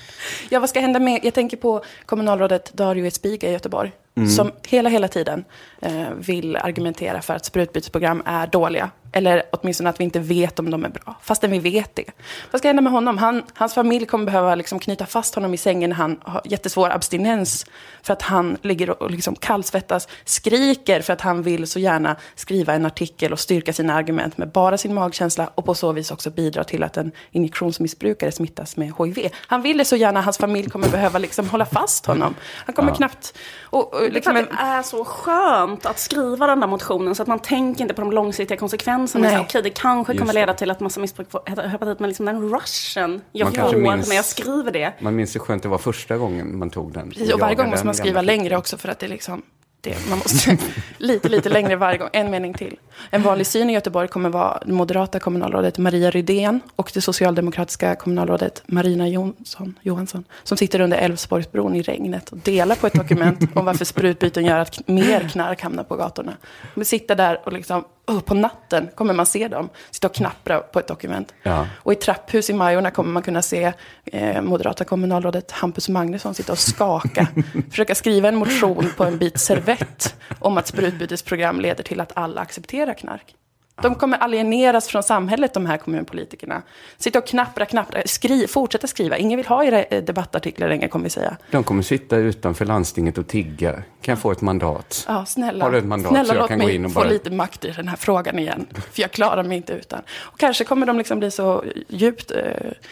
Ja, vad ska hända med... Jag tänker på kommunalrådet Dario Espiga i Göteborg. Mm. Som hela, hela tiden eh, vill argumentera för att sprutbytesprogram är dåliga. Eller åtminstone att vi inte vet om de är bra. Fastän vi vet det. Vad ska hända med honom? Han, hans familj kommer behöva liksom knyta fast honom i sängen när han har jättesvår abstinens. För att han ligger och, och liksom kallsvettas, skriker för att han vill så gärna skriva en artikel och styrka sina argument med bara sin magkänsla. Och på så vis också bidra till att en injektionsmissbrukare smittas med H I V. Han vill det så gärna, hans familj kommer behöva liksom hålla fast honom. Han kommer Ja. knappt... Och, och, liksom, Det är så skönt att skriva den där motionen så att man tänker inte på de långsiktiga konsekvenserna. Nej. Okej, okay, det kanske Just kommer det. leda till att massa missbruk får hepatit, men liksom den rushen jag Man kanske får minns- när jag skriver det. Man minns hur skönt det var första gången man tog den. Precis, och varje gång jagade måste man den skriva gamla längre också för att det är liksom... Det, man måste lite, lite längre varje gång. En mening till. En vanlig syn i Göteborg kommer vara det moderata kommunalrådet Maria Rydén och det socialdemokratiska kommunalrådet Marina Jonsson, Johansson som sitter under Älvsborgsbron i regnet och delar på ett dokument om varför sprutbyten gör att k- mer knark hamnar på gatorna. De sitter där och liksom, oh, på natten kommer man se dem sitta och knappra på ett dokument. Ja. Och i trapphus i Majorna kommer man kunna se eh, moderata kommunalrådet Hampus Magnusson sitta och skaka. försöka skriva en motion på en bit servett om att sprutbytesprogram leder till att alla accepterar knark. De kommer alieneras från samhället, de här kommunpolitikerna. Sitta och knappra, knappra, skri, fortsätta skriva. Ingen vill ha era eh, debattartiklar längre, kommer vi säga. De kommer sitta utanför landstinget och tigga. Kan jag få ett mandat? Ja, snälla. Har du ett mandat snälla så jag låt kan gå mig in och få bara- lite makt i den här frågan igen. För jag klarar mig inte utan. Och kanske kommer de liksom bli så djupt eh,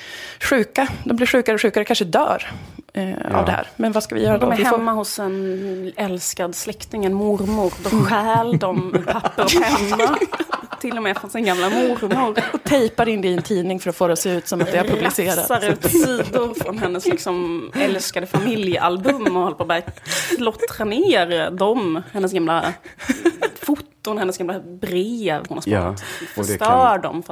sjuka. De blir sjukare och sjukare, kanske dör eh, Ja. av det här. Men vad ska vi göra då? De är Vi får- hemma hos en älskad släkting, en mormor. Då stjäl de papper och penna. Till och med från sin gamla mormor. och tejpar in det i en tidning för att få det att se ut som att det har publicerats. Lassar ut sidor från hennes liksom älskade familjealbum och håller på att börja klottra ner dem. Hennes gamla foton, hennes gamla brev. Hon har sparat. Ja, och det Förstör kan- dem. För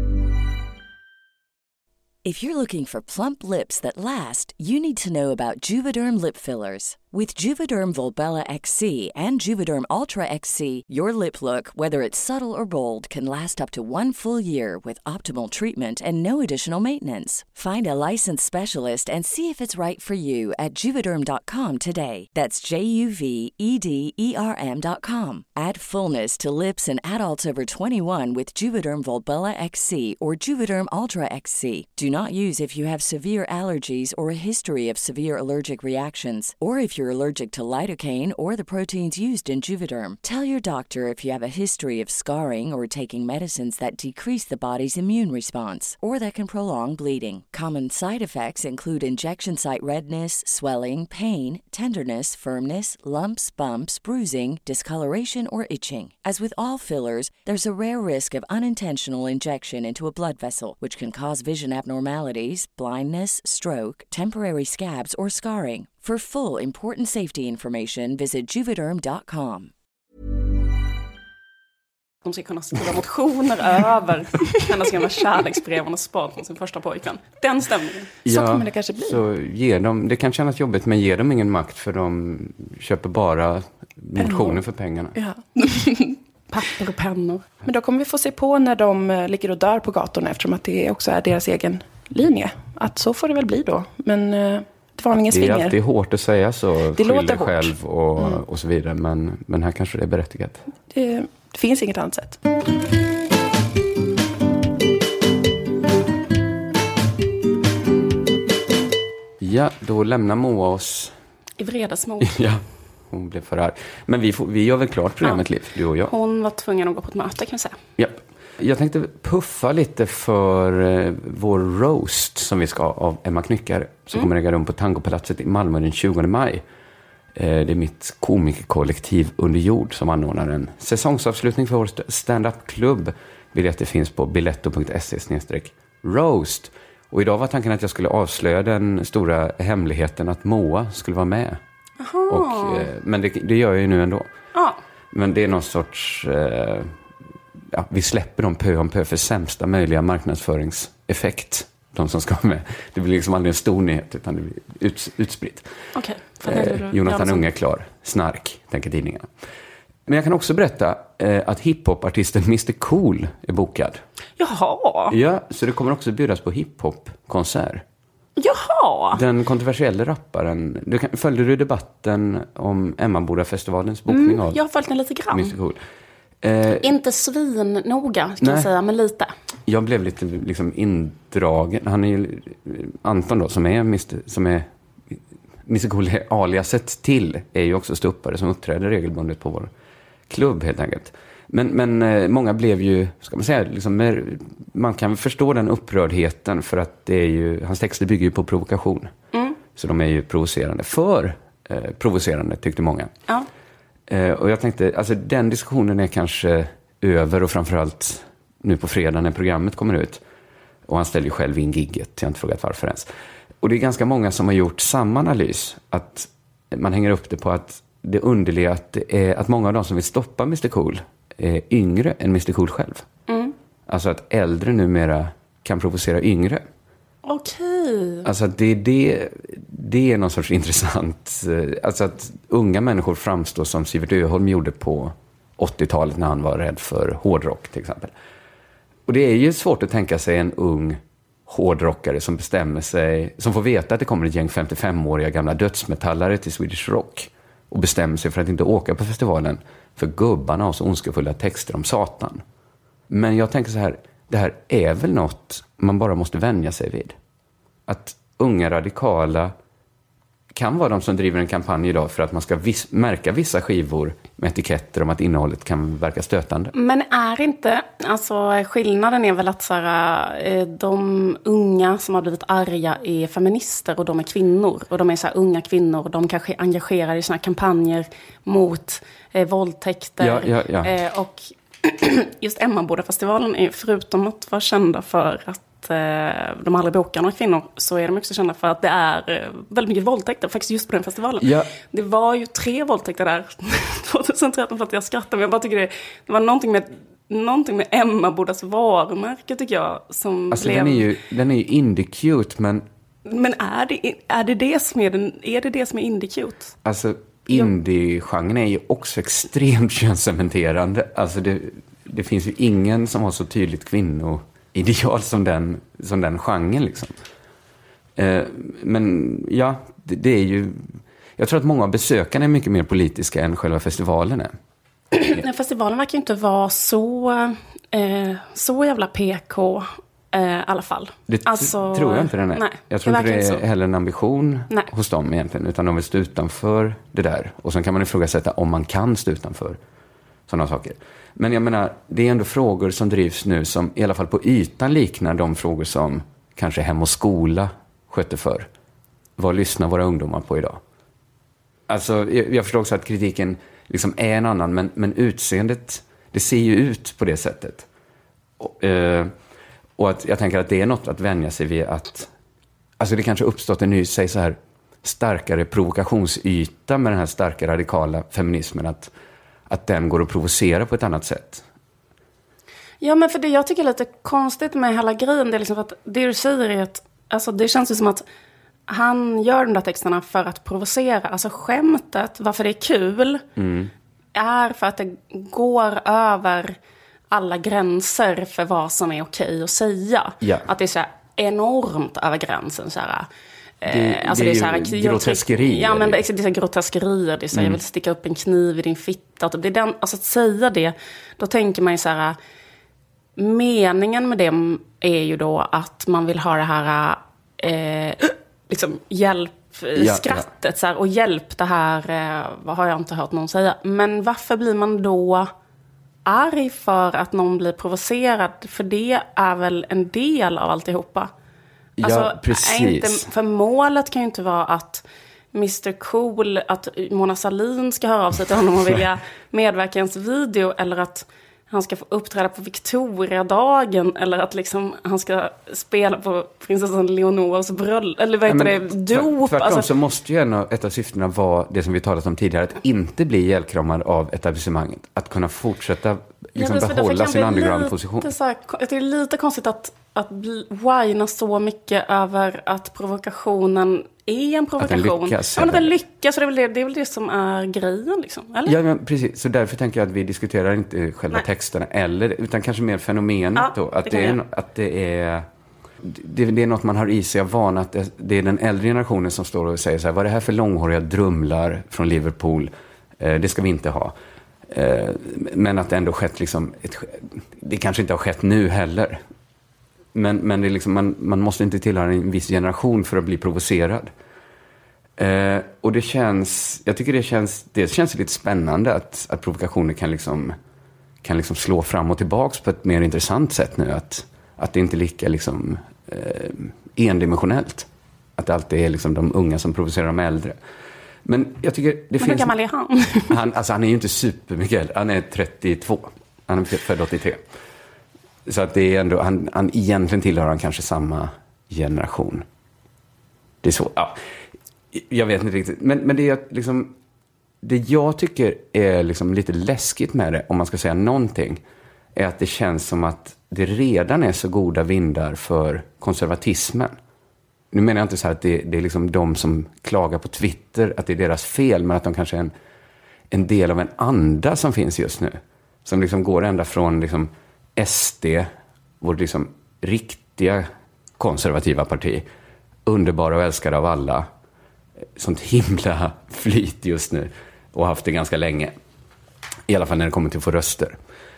If you're looking for plump lips that last, you need to know about Juvederm lip fillers. With Juvederm Volbella X C and Juvederm Ultra X C, your lip look, whether it's subtle or bold, can last up to one full year with optimal treatment and no additional maintenance. Find a licensed specialist and see if it's right for you at juvederm dot com today. That's J U V E D E R M dot com. Add fullness to lips in adults over twenty-one with Juvederm Volbella X C or Juvederm Ultra X C. Do not use if you have severe allergies or a history of severe allergic reactions, or if you're allergic to lidocaine or the proteins used in Juvederm. Tell your doctor if you have a history of scarring or taking medicines that decrease the body's immune response or that can prolong bleeding. Common side effects include injection site redness, swelling, pain, tenderness, firmness, lumps, bumps, bruising, discoloration, or itching. As with all fillers, there's a rare risk of unintentional injection into a blood vessel, which can cause vision abnormalities, blindness, stroke, temporary scabs, or scarring. For full important safety information, visit juvederm dot com. de ska kunna skriva motioner över hennes gamla kärleksbrev hon har sparat från sin första pojkvän. Den stämningen. Så kommer det kanske bli. Så ger de, det kan kännas jobbigt, men ger dem ingen makt för de köper bara motioner för pengarna. Ja. Papper och pennor. Men då kommer vi få se på när de eh, ligger och dör på gatorna, eftersom att det också är deras egen linje. Att så får det väl bli då. Men eh, ett varningens Det är finger. alltid hårt att säga så, Det skyll låter dig hårt. själv och, Mm. och så vidare, men, men här kanske det är berättigat. Det, det finns inget annat sätt. Ja, då lämnar Moa oss. I vredesmod. Ja, hon blev för arg. Men vi, får, vi gör väl klart programmet, ja. Liv, du och jag. Hon var tvungen att gå på ett möte, kan jag säga. Ja. Jag tänkte puffa lite för eh, vår roast som vi ska ha av Emma Knyckare. Som mm. kommer äga rum på Tangopalatset i Malmö den tjugonde maj. Eh, det är mitt komikerkollektiv Under jord som anordnar en säsongsavslutning för vår stand-up-klubb. Biljetter finns på biletto punkt se slash roast. Och idag var tanken att jag skulle avslöja den stora hemligheten att Moa skulle vara med. Och, eh, men det, det gör jag ju nu ändå. Ja. Men det är någon sorts... Eh, ja, vi släpper dem pö om pö för sämsta möjliga marknadsföringseffekt. De som ska med. Det blir liksom aldrig en stor nyhet utan det blir ut, utspritt. Okay, eh, Jonathan Unge är klar. Snark, tänker tidningarna. Men jag kan också berätta eh, att hiphopartisten mister Cool är bokad. Jaha. Ja, så det kommer också bjudas på hiphop-konsert. Jaha. Den kontroversiella rapparen. Du kan, följde du debatten om Emmaboda-festivalens bokning mm, av? Jag har följt den lite grann. mister Cool. Eh, Inte svin noga kan nej. jag säga, men lite. Jag blev lite liksom indragen. Han är ju Anton då, som är mister som är mister Cool aliaset till, är ju också ståuppare som uppträder regelbundet på vår klubb helt enkelt. Men, men eh, många blev ju, ska man säga, liksom mer, man kan förstå den upprördheten för att det är ju, hans texter bygger ju på provokation. Mm. Så de är ju provocerande. För eh, provocerande tyckte många. Ja. Eh, och jag tänkte, alltså den diskussionen är kanske över och framförallt nu på fredag när programmet kommer ut. Och han ställer ju själv in gigget, jag har inte frågat varför ens. Och det är ganska många som har gjort samma analys. Att man hänger upp det på att det underliga att, det är, att många av de som vill stoppa mister Cool är yngre än mister Cool själv. Mm. Alltså att äldre numera kan provocera yngre. Okej. Alltså att det, det, det är någon sorts intressant... Alltså att unga människor framstår som Sivert Öholm gjorde på åttiotalet när han var rädd för hårdrock till exempel. Och det är ju svårt att tänka sig en ung hårdrockare som bestämmer sig, som får veta att det kommer ett gäng femtiofemåriga gamla dödsmetallare till Swedish Rock och bestämmer sig för att inte åka på festivalen för gubbarna har så ondskefulla texter om satan. Men jag tänker så här, det här är väl något man bara måste vänja sig vid. Att unga radikala kan vara de som driver en kampanj idag för att man ska vis- märka vissa skivor med etiketter om att innehållet kan verka stötande. Men är inte, alltså skillnaden är väl att så här, de unga som har blivit arga är feminister och de är kvinnor. Och de är så här unga kvinnor, de kanske är engagerade i såna kampanjer mot eh, våldtäkter. Ja, ja, ja. Eh, och just Emmaboda-festivalen är förutom att vara kända för att de aldrig bokar några kvinnor, så är de också kända för att det är väldigt mycket våldtäkter faktiskt just på den festivalen. Ja. Det var ju tre våldtäkter där tjugohundratretton för att jag skrattar, men jag bara tycker det, det var någonting med någonting med Emmabodas varumärke tycker jag som alltså, blev... den är ju den är ju indie-cute, men men är det är det det som är den är det det som är indie-cute? Alltså indie-genren är ju också extremt könscementerande. Alltså det det finns ju ingen som har så tydligt kvinno ideal som den, som den genren liksom. Eh, men ja, det, det är ju... Jag tror att många av besökarna är mycket mer politiska än själva festivalen är. Den festivalen verkar inte vara så, eh, så jävla P K eh, i alla fall. Det alltså, tror jag inte den är. Nej, jag tror det inte det är inte heller en ambition nej. hos dem egentligen. Utan de vill stå utanför det där. Och sen kan man ifrågasätta om man kan stå utanför sådana saker. Men jag menar, det är ändå frågor som drivs nu som i alla fall på ytan liknar de frågor som kanske Hem och skola skötte för. Vad lyssnar våra ungdomar på idag? Alltså, jag, jag förstår också att kritiken liksom är en annan, men, men utseendet, det ser ju ut på det sättet. Och, eh, och att jag tänker att det är något att vänja sig vid att, alltså det kanske uppstått en ny, säg så här, starkare provokationsyta med den här starka radikala feminismen, att att den går att provocera på ett annat sätt. Ja, men för det jag tycker är lite konstigt med hela grejen, det är liksom att det du säger är att alltså det känns ju som att han gör de där texterna för att provocera. Alltså skämtet, varför det är kul, mm. är för att det går över alla gränser för vad som är okej att säga. Ja. Att det är så här enormt över gränsen så här. Det, alltså det är, det är ju groteskerier. Ja, men det är så groteskerier. Det är så här, mm. jag vill sticka upp en kniv i din fitta. Det är den, alltså att säga det, då tänker man ju så här, meningen med det är ju då att man vill ha det här, eh, liksom hjälp, ja, skrattet ja. Så här, och hjälp det här, eh, vad har jag inte hört någon säga. Men varför blir man då arg för att någon blir provocerad? För det är väl en del av alltihopa. Ja, alltså, precis. Inte, för målet kan ju inte vara att mister Cool, att Mona Sahlin ska höra av sig till honom och vilja medverka i ens video, eller att han ska få uppträda på Victoriadagen, eller att liksom han ska spela på prinsessan Leonors bröllop, eller vad heter ja, det, dop. Tvärtom alltså, så måste ju en av, ett av syftena vara det som vi talat om tidigare, att inte bli ihjälkramad av etablissemanget. Att kunna fortsätta liksom, ja, behålla sin underground-position. Jag tycker det är lite konstigt att, att whina så mycket över att provokationen är en provokation. Att den lyckas. Ja, men att den lyckas, så det är väl det, det är väl det som är grejen, liksom, eller? Ja, men precis. Så därför tänker jag att vi diskuterar inte själva Nej. texterna, eller, utan kanske mer fenomenet ja, då. Att det, det, är, att det är... Det, det är något man har i sig av vana, att det, det är den äldre generationen som står och säger så här: vad är det här för långhåriga drumlar från Liverpool? Eh, det ska vi inte ha. Eh, men att det ändå skett liksom... Ett, det kanske inte har skett nu heller. Men, men det är liksom, man, man måste inte tillhöra en viss generation för att bli provocerad. Eh, och det känns, jag tycker det känns, det känns lite spännande att, att provokationer kan liksom, kan liksom slå fram och tillbaks på ett mer intressant sätt nu. Att, att det inte är lika liksom, eh, endimensionellt. Att det alltid är liksom de unga som provocerar de äldre. Men jag tycker det Men finns... hur gammal är han? han? Alltså han är ju inte supermycket äldre. Han är trettiotvå. Han är född åttiotre. Så att det är ändå, han, han egentligen tillhör han kanske samma generation. Det är så, ja. Jag vet inte riktigt. Men, men det är liksom, det jag tycker är liksom lite läskigt med det, om man ska säga någonting, är att det känns som att det redan är så goda vindar för konservatismen. Nu menar jag inte så här att det, det är liksom de som klagar på Twitter, att det är deras fel, men att de kanske är en, en del av en anda som finns just nu. Som liksom går ända från liksom S D, vårt liksom riktiga konservativa parti, underbara och älskade av alla, sånt himla flyt just nu och haft det ganska länge, i alla fall när det kommer till att få röster.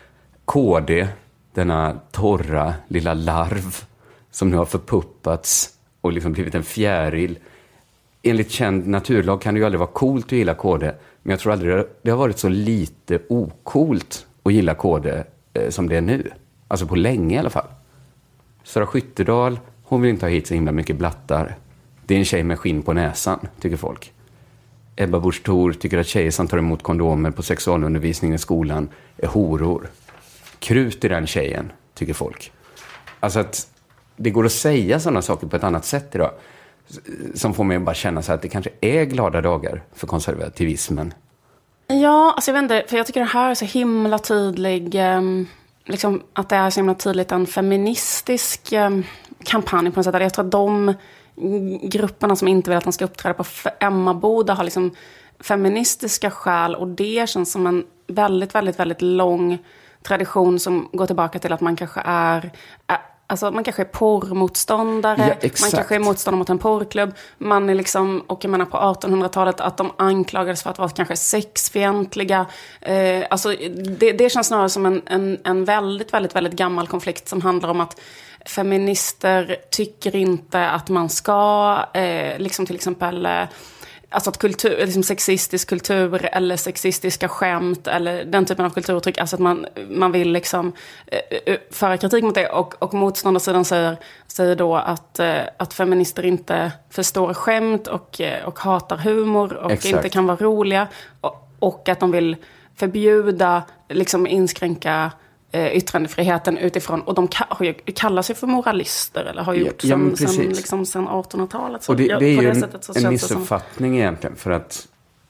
K D, denna torra lilla larv som nu har förpuppats och liksom blivit en fjäril. Enligt känd naturlag kan det ju aldrig vara coolt att gilla K D, men jag tror aldrig det har varit så lite ocoolt att gilla K D eh, som det är nu. Alltså på länge i alla fall. Sara Skyttedal, hon vill inte ha hit så himla mycket blattar. Det är en tjej med skinn på näsan, tycker folk. Ebba Busch Thor tycker att tjejer som tar emot kondomer på sexualundervisning i skolan är horor. Krut i den tjejen, tycker folk. Alltså att det går att säga sådana saker på ett annat sätt idag. Som får mig att bara känna så att det kanske är glada dagar för konservativismen. Ja, alltså jag vet inte, för jag tycker det här är så himla tydlig, um, liksom att det är så himla tydligt en feministisk um, kampanj på något sätt. Jag tror att de grupperna som inte vill att han ska uppträda på Emmaboda har liksom feministiska skäl, och det känns som en väldigt, väldigt, väldigt lång tradition som går tillbaka till att man kanske är, är alltså man kanske är porrmotståndare, ja, man kanske är motståndare mot en porrklubb, man är liksom, och jag menar på artonhundratalet att de anklagades för att vara kanske sexfientliga. Eh, alltså det, det känns snarare som en, en, en väldigt, väldigt, väldigt gammal konflikt som handlar om att feminister tycker inte att man ska, eh, liksom till exempel, eh, alltså att kultur, liksom sexistisk kultur eller sexistiska skämt eller den typen av kulturuttryck, alltså att man, man vill liksom eh, föra kritik mot det, och, och motståndarsidan säger, säger då att, eh, att feminister inte förstår skämt och, och hatar humor och Exakt. inte kan vara roliga, och, och att de vill förbjuda, liksom inskränka yttrandefriheten utifrån, och de har ju kallar sig för moralister eller har gjort ja, sen, sen, liksom, sen artonhundratalet. Så och det, det är ju det en, en missuppfattning som... egentligen, för att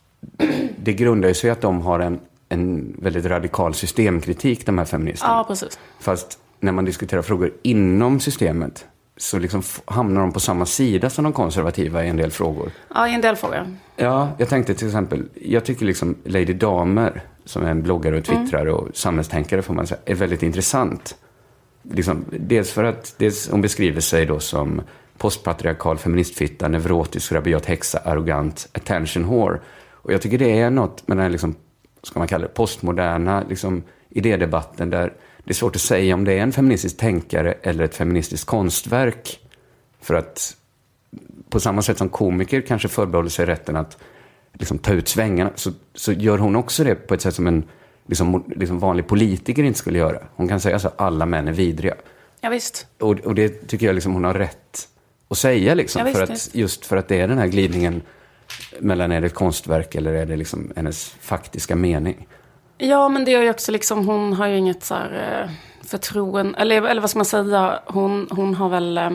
det grundar sig att de har en, en väldigt radikal systemkritik, de här feministerna. Ja, precis. Fast när man diskuterar frågor inom systemet så liksom hamnar de på samma sida som de konservativa i en del frågor. Ja, i en del frågor. Ja, jag tänkte till exempel, jag tycker liksom Lady Damer, som är en bloggare och twittrare mm. och samhällstänkare får man säga, är väldigt intressant. Liksom, dels för att dels hon beskriver sig då som postpatriarkal feministfitta, neurotisk, rabiat häxa, arrogant, attention whore. Och jag tycker det är något med den här, liksom, ska man kalla det, postmoderna liksom, idédebatten där det är svårt att säga om det är en feministisk tänkare eller ett feministiskt konstverk. För att på samma sätt som komiker kanske förbehåller sig rätten att liksom ta ut svängarna, så, så gör hon också det på ett sätt som en liksom, liksom vanlig politiker inte skulle göra. Hon kan säga så att alla män är vidriga. Ja, visst. Och, och det tycker jag liksom hon har rätt att säga liksom, Ja, visst, för att, visst. just för att det är den här glidningen mellan är det ett konstverk eller är det liksom hennes faktiska mening. Ja, men det är ju också liksom, hon har ju inget så här förtroende, eller, eller vad ska man säga, hon, hon har väl eh,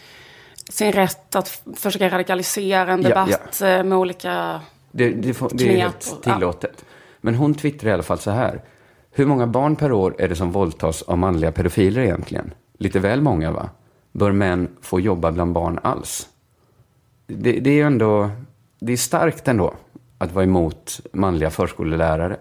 sin rätt att försöka radikalisera en debatt ja, ja. med olika det, det, får, det är helt och, tillåtet. Ja. Men hon twittrar i alla fall så här: hur många barn per år är det som våldtas av manliga pedofiler egentligen? Lite väl många, va? Bör män få jobba bland barn alls? Det, det är ju ändå, det är starkt ändå att vara emot manliga förskolelärare.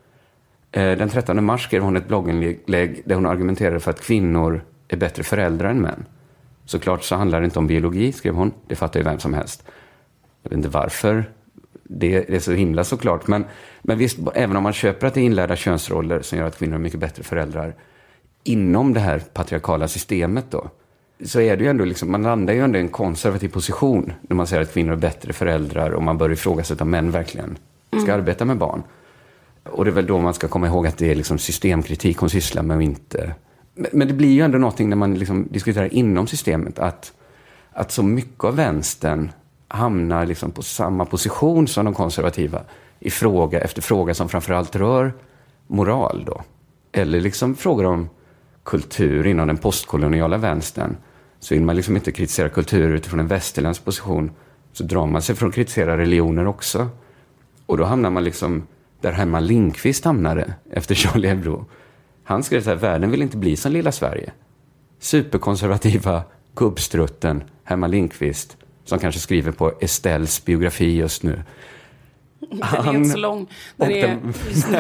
Den trettonde mars skrev hon ett blogginlägg där hon argumenterade för att kvinnor är bättre föräldrar än män. Såklart så handlar det inte om biologi, skrev hon. Det fattar ju vem som helst. Jag vet inte varför det, det är så himla såklart. Men, men visst, även om man köper att det är inlärda könsroller som gör att kvinnor är mycket bättre föräldrar inom det här patriarkala systemet då, så är det ju ändå liksom, man landar ju ändå i en konservativ position när man säger att kvinnor är bättre föräldrar och man bör ifrågasätta om män verkligen ska mm. arbeta med barn. Och det är väl då man ska komma ihåg att det är liksom systemkritik hon sysslar med och inte. Men det blir ju ändå någonting när man liksom diskuterar inom systemet att, att så mycket av vänstern hamnar liksom på samma position som de konservativa i fråga efter fråga som framförallt rör moral då. Eller liksom frågor om kultur inom den postkoloniala vänstern. Så vill man liksom inte kritisera kultur utifrån en västerländsk position, så drar man sig från att kritisera religioner också. Och då hamnar man liksom där Herman Lindqvist hamnade efter Charlie Hebdo. Han skrev så här: världen vill inte bli som lilla Sverige. Superkonservativa gubbstrutten Herman Lindqvist, som kanske skriver på Estelles biografi just nu. Den är inte så lång. Den är... Den...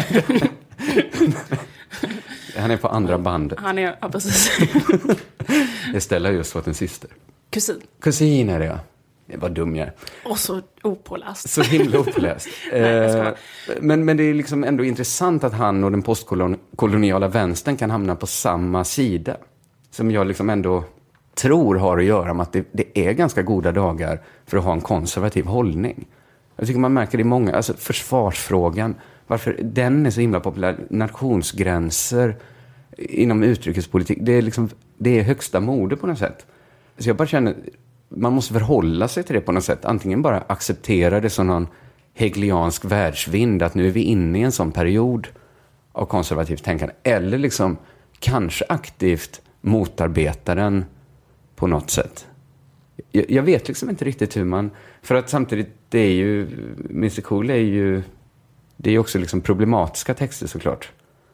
Han är på andra bandet. Han är, ja, precis. Estelle har just fått en syster. Kusin. Kusin är det, ja. Det var dum jag. Och så opåläst. Så himla opåläst. eh, men, men det är liksom ändå intressant att han och den postkoloniala vänstern kan hamna på samma sida. Som jag liksom ändå tror har att göra med att det, det är ganska goda dagar för att ha en konservativ hållning. Jag tycker man märker det i många, alltså försvarsfrågan, varför den är så himla populär, nationsgränser inom utrikespolitik, det är liksom, det är högsta mode på något sätt. Så jag bara känner, man måste förhålla sig till det på något sätt. Antingen bara acceptera det som någon hegeliansk världsvind, att nu är vi inne i en sån period av konservativt tänkande. Eller liksom kanske aktivt motarbeta den på något sätt. Jag, jag vet liksom inte riktigt hur man... För att samtidigt, det är ju... mister Cool är ju... Det är ju också liksom problematiska texter såklart.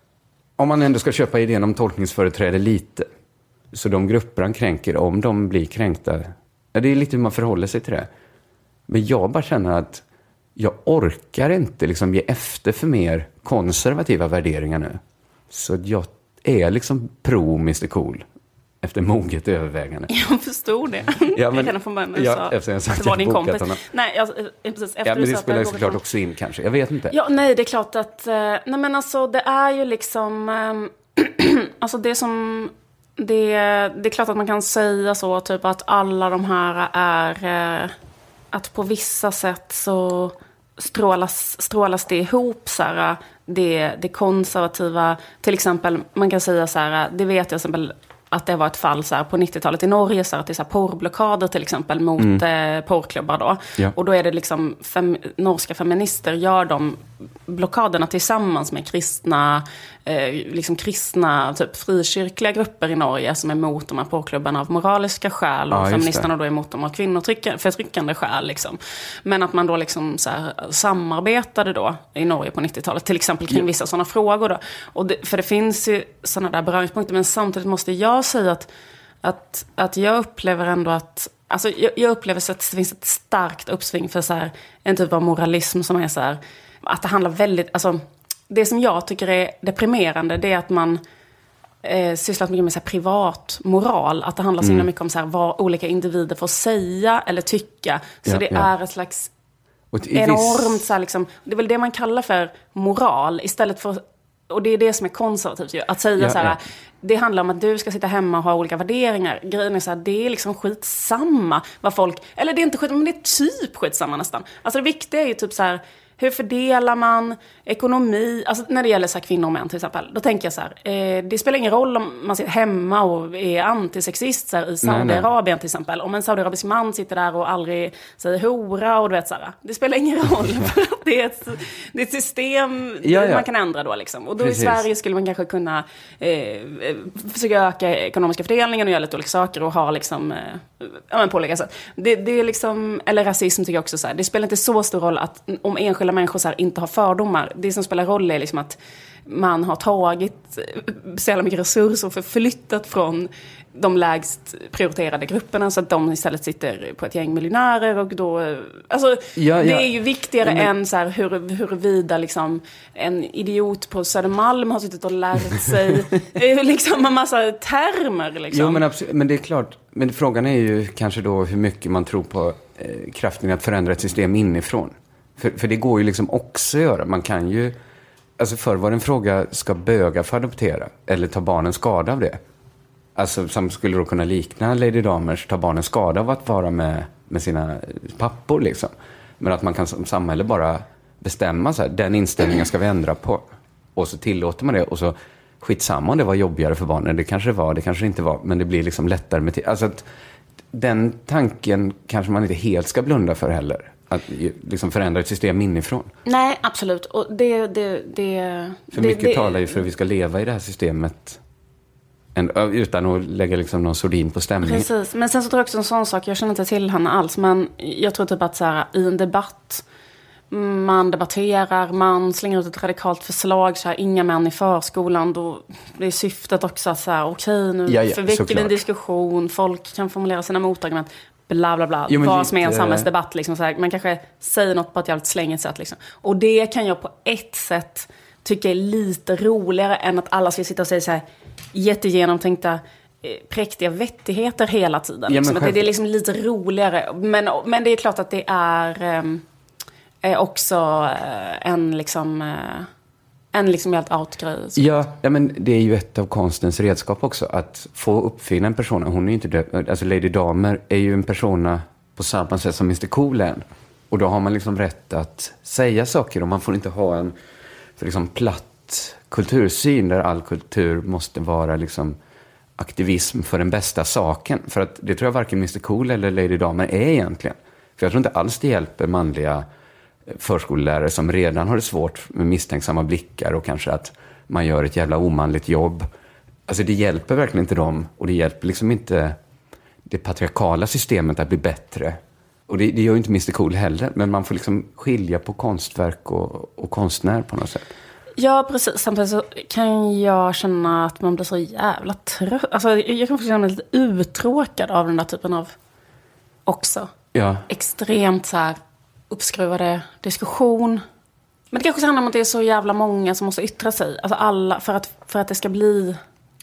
Om man ändå ska köpa idén om tolkningsföreträde lite, så de grupper han kränker, om de blir kränkta... Ja, det är lite hur man förhåller sig till det. Men jag bara känner att jag orkar inte liksom ge efter för mer konservativa värderingar nu. Så jag är liksom pro mister Cool efter moget övervägande. Jag förstod det. Ja, men, jag från början ja, sa, efter jag sagt det var din kompis. Honom. Nej, alltså, precis. Efter ja, men det så spelar ju att såklart från... också in kanske. Jag vet inte. Ja, nej, det är klart att... Nej, men alltså, det är ju liksom... Um, alltså, det som... Det, det är klart att man kan säga så, typ att alla de här är... Uh, att på vissa sätt så strålas, strålas det ihop så här, det, det konservativa, till exempel, man kan säga så här, det vet jag till exempel att det var ett fall så här, på nittiotalet i Norge, så här, att det är så här, porrblockader till exempel mot mm. eh, porrklubbar då. Ja. Och då är det liksom fem, norska feminister gör de blockaderna tillsammans med kristna eh, liksom kristna typ frikyrkliga grupper i Norge som är emot de här porrklubbarna av moraliska skäl, och ja, feministerna då är emot dem av kvinnoförtryckande skäl liksom. Men att man då liksom så här, samarbetade då i Norge på nittiotalet till exempel kring ja. vissa sådana frågor då. Och det, för det finns ju sådana där beröringspunkter, men samtidigt måste jag säga att, att, att jag upplever ändå att alltså jag, jag upplever så att det finns ett starkt uppsving för så här, en typ av moralism som är så här, att det handlar väldigt, alltså det som jag tycker är deprimerande, det är att man eh, sysslar mycket med så här privat moral, att det handlar så mm. mycket om så här, vad olika individer får säga eller tycka, så ja, det ja. är ett slags enormt så här, liksom, det är väl det man kallar för moral, istället för och det är det som är konservativt ju. Att säga ja, så här, ja. det handlar om att du ska sitta hemma och ha olika värderingar. Grejen är så här, det är liksom skitsamma vad folk, eller det är inte skit, men det är typ skitsamma nästan. Alltså det viktiga är ju typ så här, hur fördelar man ekonomi? Alltså när det gäller så här kvinnor och män till exempel. Då tänker jag så här, eh, det spelar ingen roll om man sitter hemma och är antisexist så här, i Saudiarabien till exempel. Om en saudiarabisk man sitter där och aldrig säger hora och du vet så här. Det spelar ingen roll. För att det, är ett, det är ett system ja, ja. man kan ändra då liksom. Och då Precis. i Sverige skulle man kanske kunna eh, försöka öka ekonomiska fördelningen och göra lite olika saker och ha liksom, eh, ja men på olika sätt. Det, det är liksom, eller rasism tycker jag också så här. Det spelar inte så stor roll att om enskilda människor så här inte har fördomar. Det som spelar roll är liksom att man har tagit så jävla mycket resurser och förflyttat från de lägst prioriterade grupperna så att de istället sitter på ett gäng miljonärer och då, alltså ja, ja. det är ju viktigare men... än så här hur, huruvida liksom en idiot på Södermalm har suttit och lärt sig liksom en massa termer liksom. Jo men absolut, men det är klart, men frågan är ju kanske då hur mycket man tror på eh, kraften att förändra ett system inifrån. För, för det går ju liksom också att göra. Man kan ju, alltså förr var det en fråga, ska bögar få adoptera eller ta barnen skada av det? Alltså som skulle då kunna likna Lady Damers, ta barnen skada av att vara med, med sina pappor liksom. Men att man kan som samhälle bara bestämma så här, den inställningen ska vi ändra på. Och så tillåter man det och så skitsamma om det var jobbigare för barnen. Det kanske det var, det kanske det inte var. Men det blir liksom lättare med tid. Alltså att den tanken kanske man inte helt ska blunda för heller. Att liksom förändra ett system inifrån. Nej, absolut. Och det, det, det, för det, mycket det, talar ju för att vi ska leva i det här systemet en, utan att lägga liksom någon sordin på stämningen. Precis, men sen så tror jag också en sån sak, jag känner inte till henne alls, men jag tror typ att så här, i en debatt man debatterar, man slänger ut ett radikalt förslag, så här, inga män i förskolan, då det är syftet också så här, okej, nu ja, ja, förväcker vi en diskussion, folk kan formulera sina motargument, bla bla bla, jo, vad lite... som är en samhällsdebatt liksom, så här, man kanske säger något på ett jävligt slängigt sätt liksom. Och det kan jag på ett sätt tycka är lite roligare än att alla ska sitta och säga så här jättegenomtänkta präktiga vettigheter hela tiden. Ja, liksom. själv... Det är liksom lite roligare, men, men det är klart att det är, är också en liksom en liksom helt out-grej. Ja, ja, men det är ju ett av konstens redskap också. Att få uppfinna en person. Hon är ju inte död. Alltså Lady Damer är ju en persona på samma sätt som mister Cool är. Och då har man liksom rätt att säga saker. Och man får inte ha en för liksom platt kultursyn där all kultur måste vara liksom aktivism för den bästa saken. För att det tror jag varken mister Cool eller Lady Damer är egentligen. För jag tror inte alls det hjälper manliga förskollärare som redan har det svårt med misstänksamma blickar och kanske att man gör ett jävla omanligt jobb. Alltså det hjälper verkligen inte dem och det hjälper liksom inte det patriarkala systemet att bli bättre. Och det, det gör ju inte mister Cool heller, men man får liksom skilja på konstverk och, och konstnär på något sätt. Ja, precis. Samtidigt så kan jag känna att man blir så jävla trött. Alltså jag kan få känna mig lite uttråkad av den där typen av också. Ja. Extremt så här uppskruvade diskussion. Men det kanske handlar om att det är så jävla många som måste yttra sig. Alltså alla, för att, för att det ska bli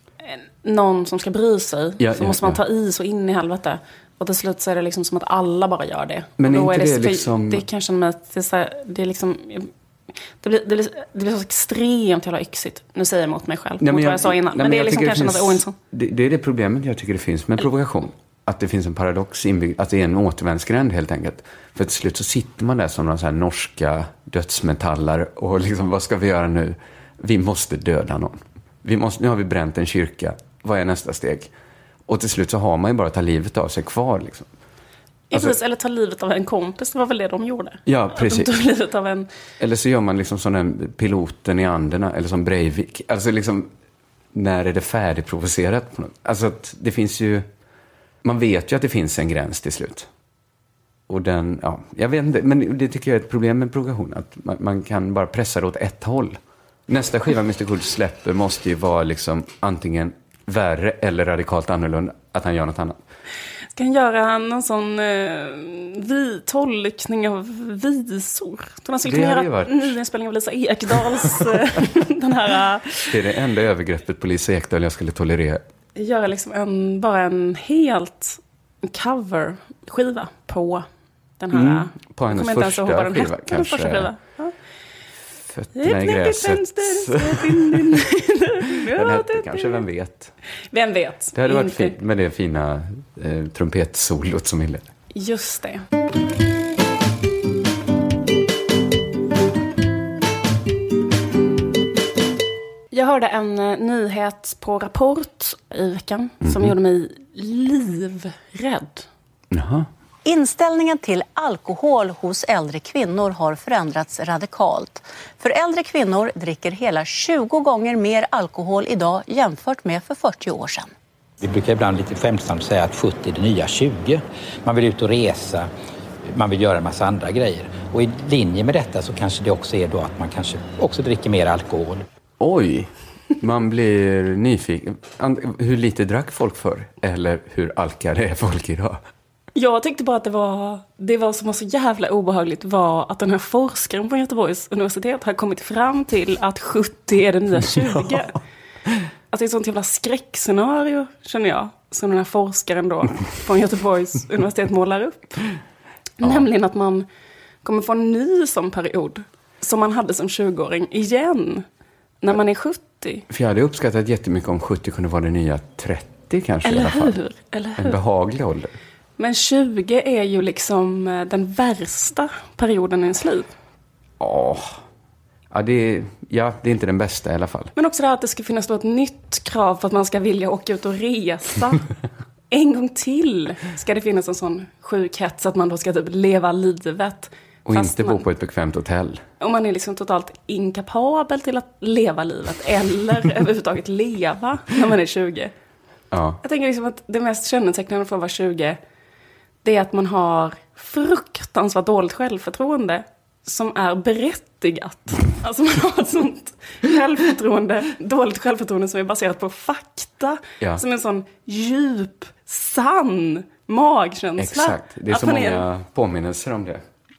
någon som ska bry sig, ja, så ja, måste man ja. ta i så in i helvete. Och till slut så är det liksom som att alla bara gör det. Men och då är inte är det, det liksom... Det kan känna mig att det är, så här, det är liksom... Det blir, det, blir, det blir så extremt jävla yxigt. Nu säger jag emot mig själv, nej, mot jag, vad jag sa innan. nej, men, men det är liksom kanske finns, något ointressant. Det, det är det problemet jag tycker det finns med provokation. Att det finns en paradox inbyggd, att det är en återvändsgränd helt enkelt. För till slut så sitter man där som någon så här norska dödsmetallare och liksom, vad ska vi göra nu? Vi måste döda någon. Vi måste, nu har vi bränt en kyrka. Vad är nästa steg? Och till slut så har man ju bara att ta livet av sig kvar liksom. Alltså, precis, eller ta livet av en kompis, det var väl det de gjorde. Ja, precis. De tog livet av en... Eller så gör man liksom som den piloten i Anderna, eller som Breivik. Alltså liksom, när är det färdigprovocerat? Alltså att det finns ju... Man vet ju att det finns en gräns till slut. Och den, ja, jag vet inte, men det tycker jag är ett problem med provokation. Att man, man kan bara pressa det åt ett håll. Nästa skiva mister Cool släpper måste ju vara liksom antingen värre eller radikalt annorlunda. Att han gör något annat. Ska han göra någon sån eh, vi, tolkning av visor? Han skulle kunna göra varit... en nyinspelning av Lisa Ekdahls eh, den här... Det är det enda övergreppet på Lisa Ekdahl jag skulle tolerera. Göra liksom en, bara en helt cover-skiva på den här... Mm, på hennes första skiva, den kanske. Första skiva. Ja. fötterna i gräset. Den hette kanske, vem vet? Vem vet? Det hade varit Inte. fint med det fina eh, trumpetsolot som inledde. Just det. Jag hörde en eh, nyhet på Rapport i veckan som Mhm. gjorde mig livrädd. Jaha. Inställningen till alkohol hos äldre kvinnor har förändrats radikalt. För äldre kvinnor dricker hela tjugo gånger mer alkohol idag jämfört med för fyrtio år sedan. Vi brukar ibland lite skämtsamt säga att sjuttio är det nya tjugo. Man vill ut och resa, man vill göra en massa andra grejer. Och i linje med detta så kanske det också är då att man kanske också dricker mer alkohol. Oj, man blir nyfiken. And- Hur lite drack folk för? Eller hur alkade är folk idag? Jag tyckte bara att det var, det var som var så jävla obehagligt var att den här forskaren på Göteborgs universitet har kommit fram till att sjuttio är det nya tjugo. Alltså det är ett sånt jävla skräckscenario, känner jag, som den här forskaren då från Göteborgs universitet målar upp. Ja. Nämligen att man kommer få en ny sån period som man hade som tjugoåring igen när man är sjuttio. För jag hade uppskattat jättemycket om sjuttio kunde vara det nya trettio kanske. Eller i alla fall. hur? Eller hur? En behaglig ålder. Men tjugo är ju liksom den värsta perioden i ens liv. Åh. Ja, det är, ja, det är inte den bästa i alla fall. Men också det här att det ska finnas då ett nytt krav för att man ska vilja åka ut och resa. En gång till ska det finnas en sån sjuk hets att man då ska typ leva livet. Och Fast inte man, bo på ett bekvämt hotell. Och man är liksom totalt inkapabel till att leva livet. Eller överhuvudtaget leva när man är tjugo. Ja. Jag tänker liksom att det mest kännetecknande för att vara tjugo, det är att man har fruktansvärt dåligt självförtroende som är berättigat. Alltså man har ett sånt självförtroende, dåligt självförtroende som är baserat på fakta. Ja. Som en sån djup, sann magkänsla. Exakt, det är så många är, påminnelser om det.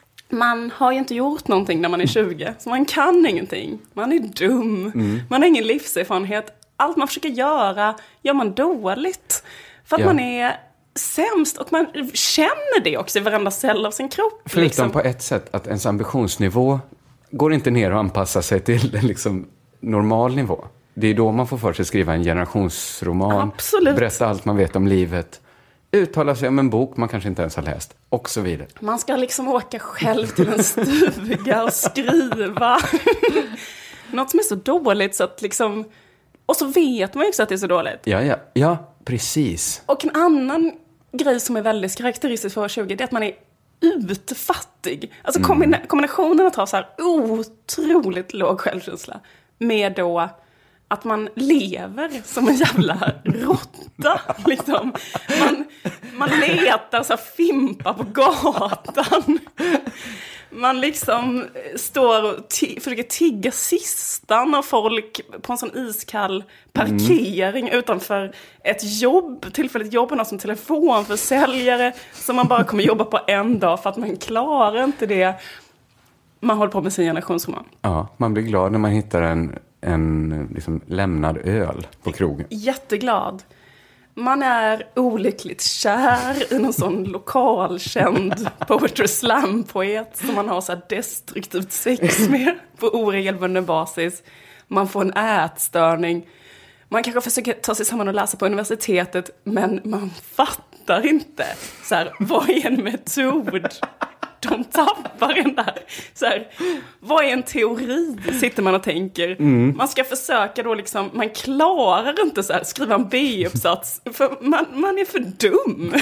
Man har ju inte gjort någonting när man är tjugo, så man kan ingenting. Man är dum, mm. man har ingen livserfarenhet. Allt man försöker göra gör man dåligt. För att ja. man är sämst och man känner det också i varenda cell av sin kropp. Förutom liksom. På ett sätt att ens ambitionsnivå går inte ner och anpassa sig till en liksom normal nivå. Det är då man får för sig skriva en generationsroman. Absolut. Berätta allt man vet om livet. Uttala sig om en bok man kanske inte ens har läst. Och så vidare. Man ska liksom åka själv till en stuga och skriva. Något som är så dåligt så att liksom... Och så vet man ju också att det är så dåligt. Ja, ja, ja, precis. Och en annan grej som är väldigt karaktäristisk för tjugo, det är att man är utfattig. Alltså mm. kombina- kombinationen att ha så här otroligt låg självkänsla med då att man lever som en jävla råtta. Liksom. Man, man letar så här fimpar på gatan. Man liksom står och t- försöker tigga sistan av folk på en sån iskall parkering mm. utanför ett jobb, tillfälligt jobb som telefonförsäljare som man bara kommer jobba på en dag för att man klarar inte det. Man håller på med sin generationsroman. Ja, man blir glad när man hittar en, en liksom lämnad öl på krogen. Jätteglad. Man är olyckligt kär i någon sån lokalkänd poetry slam-poet som man har så här destruktivt sex med på oregelbunden basis. Man får en ätstörning. Man kanske försöker ta sig samman och läsa på universitetet, men man fattar inte så här, vad är en metod? De tappar en där. Så här, vad är en teori? Sitter man och tänker. Mm. Man ska försöka då liksom, man klarar inte så här, skriva en B-uppsats. För man, man är för dum.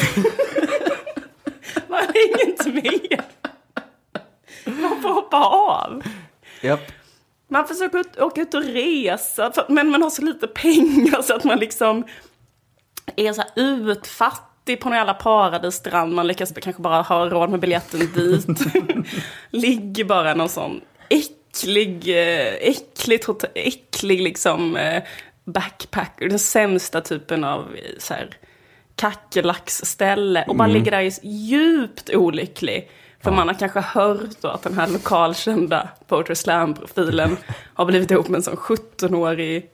Man är inte med. Man får hoppa av. Yep. Man försöker ut, åka ut och resa. För, men man har så lite pengar så att man liksom är så här utfattig på någon jävla paradisstrand. Man lyckas kanske bara ha råd med biljetten dit. Ligger bara någon sån äcklig, äcklig, äcklig liksom backpacker. Den sämsta typen av så här kackerlacksställe. Och bara mm. ligger där djupt olycklig. För ja. man har kanske hört då att den här lokalkända Poetry Slam-profilen har blivit ihop med en sån sjuttonårig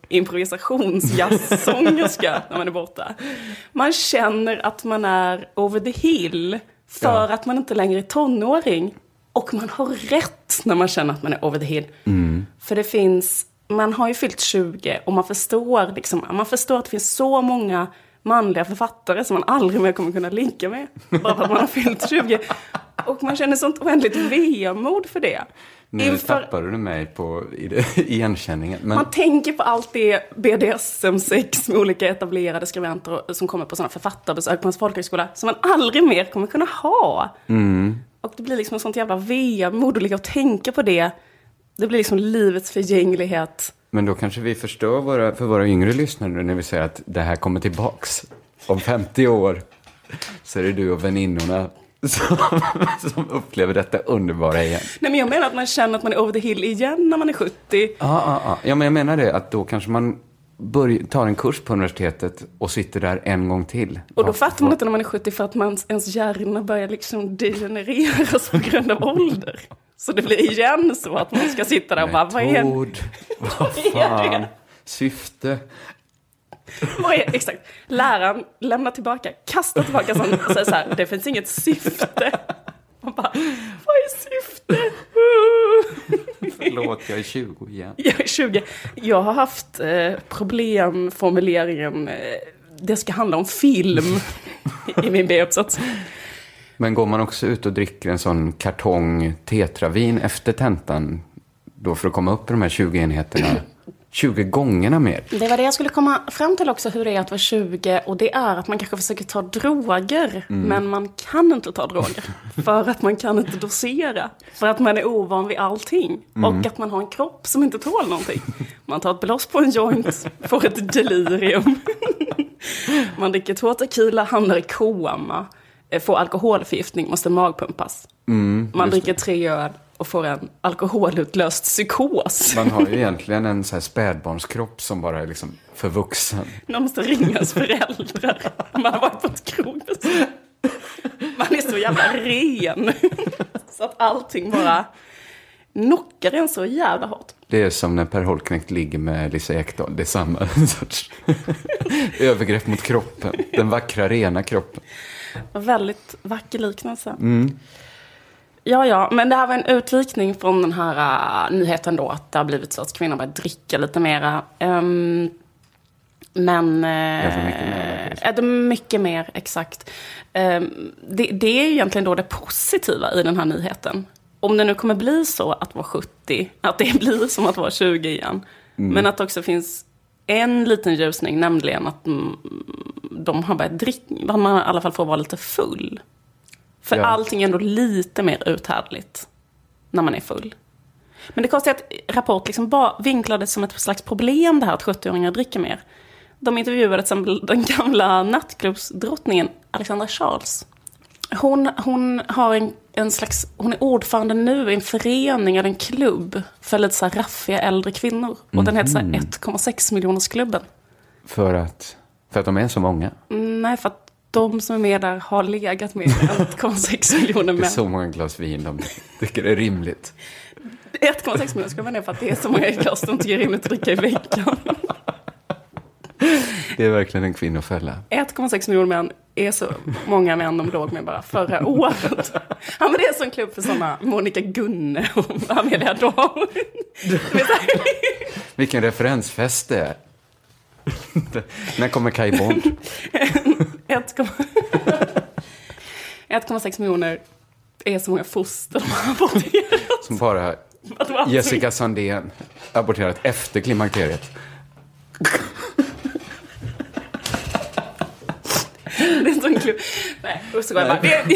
improvisationsjazzsångerska när man är borta. Man känner att man är over the hill för ja. att man inte längre är tonåring. Och man har rätt när man känner att man är over the hill. Mm. För det finns, man har ju fyllt tjugo och man förstår, liksom, man förstår att det finns så många manliga författare som man aldrig mer kommer kunna ligga med. Bara för att man har fyllt tjugo. Och man känner sånt oändligt vemod för det. Nu Inför... tappar du mig på i det, igenkänningen. Men... Man tänker på allt det B D S M-sex med olika etablerade skribenter som kommer på sådana författarbesök på ens folkhögskola som man aldrig mer kommer kunna ha. Mm. Och det blir liksom en sånt jävla vemod att ligga och tänka på det. Det blir liksom livets förgänglighet. Men då kanske vi förstår våra, för våra yngre lyssnare när vi säger att det här kommer tillbaks. Om femtio år så är det du och väninnorna som, som upplever detta underbara igen. Nej, men jag menar att man känner att man är over the hill igen när man är sjuttio. Ja, ja, ja. Ja, men jag menar det att då kanske man börj- tar en kurs på universitetet och sitter där en gång till. Och då fattar man inte när man är sjuttio för att man, ens hjärna börjar liksom degenereras på grund av ålder. Så det blir igen så att man ska sitta där och bara, vad är Metod, vad fan, syfte. Vad är, exakt, läraren lämnar tillbaka, kastar tillbaka sån, och säger så här, det finns inget syfte. Man bara, vad är syfte? Förlåt, jag är tjugo igen. Jag är tjugo. Jag har haft eh, problemformuleringen, eh, det ska handla om film i min B-uppsats. Men går man också ut och dricker en sån kartong tetravin efter tentan då för att komma upp i de här tjugo enheterna, tjugo gångerna mer? Det var det jag skulle komma fram till också, hur det är att vara tjugo. Och det är att man kanske försöker ta droger, mm. men man kan inte ta droger. För att man kan inte dosera. För att man är ovan vid allting. Mm. Och att man har en kropp som inte tål någonting. Man tar ett blås på en joint, får ett delirium. Man dricker två tequila, hamnar i koma. Får alkoholförgiftning, måste magpumpas. Mm, man dricker det. tre öl och får en alkoholutlöst psykos. Man har ju egentligen en så här spädbarnskropp som bara är liksom för vuxen. Man måste ringas föräldrar. Man har varit på ett krog. Man är så jävla ren. Så att allting bara knockar en så jävla hårt. Det är som när Per Holknekt ligger med Lisa Ekdahl. Det är samma sorts övergrepp mot kroppen. Den vackra, rena kroppen. Väldigt vacker liknelse. Mm. Ja, ja, men det här var en utvikning från den här uh, nyheten då, att det har blivit så att kvinnor börjar dricka lite mera. Um, men... Uh, ja, mycket mer. Är det mycket mer, exakt. Um, det, det är egentligen då det positiva i den här nyheten. Om det nu kommer bli så att vara sjuttio, att det blir som att vara tjugo igen. Mm. Men att det också finns en liten ljusning, nämligen att mm, de har börjat dricka, att man i alla fall får vara lite full. För ja. Allting är ändå lite mer uthärdligt när man är full. Men det konstiga är att Rapport liksom bara vinklade som ett slags problem det här att sjuttio-åringar dricker mer. De intervjuade till exempel den gamla nattklubbsdrottningen Alexandra Charles. Hon, hon har en, en slags, hon är ordförande nu i en förening eller en klubb för lite så här raffiga äldre kvinnor. Och mm. den heter så här ett komma sex miljoners klubben. För att, för att de är så många? Nej, för att de som är med där har legat med ett komma sex miljoner män. Det är så många glas vin de tycker det är rimligt. ett komma sex miljoner ska man ner för att det är så många glas de tycker det är rimligt att dricka i veckan. Det är verkligen en kvinnofälla. ett komma sex miljoner män är så många män de låg med bara förra året. Ja, men det är så en klubb för sådana Monica Gunne och Amelia Dahl. Vilken referensfest det är. När kommer Kai Bond? ett komma sex miljoner är så många foster de har aborterat. Som bara Jessica Sandén aborterat efter klimakteriet. Det är en sån klubb. Nej, så går jag bara. Det är,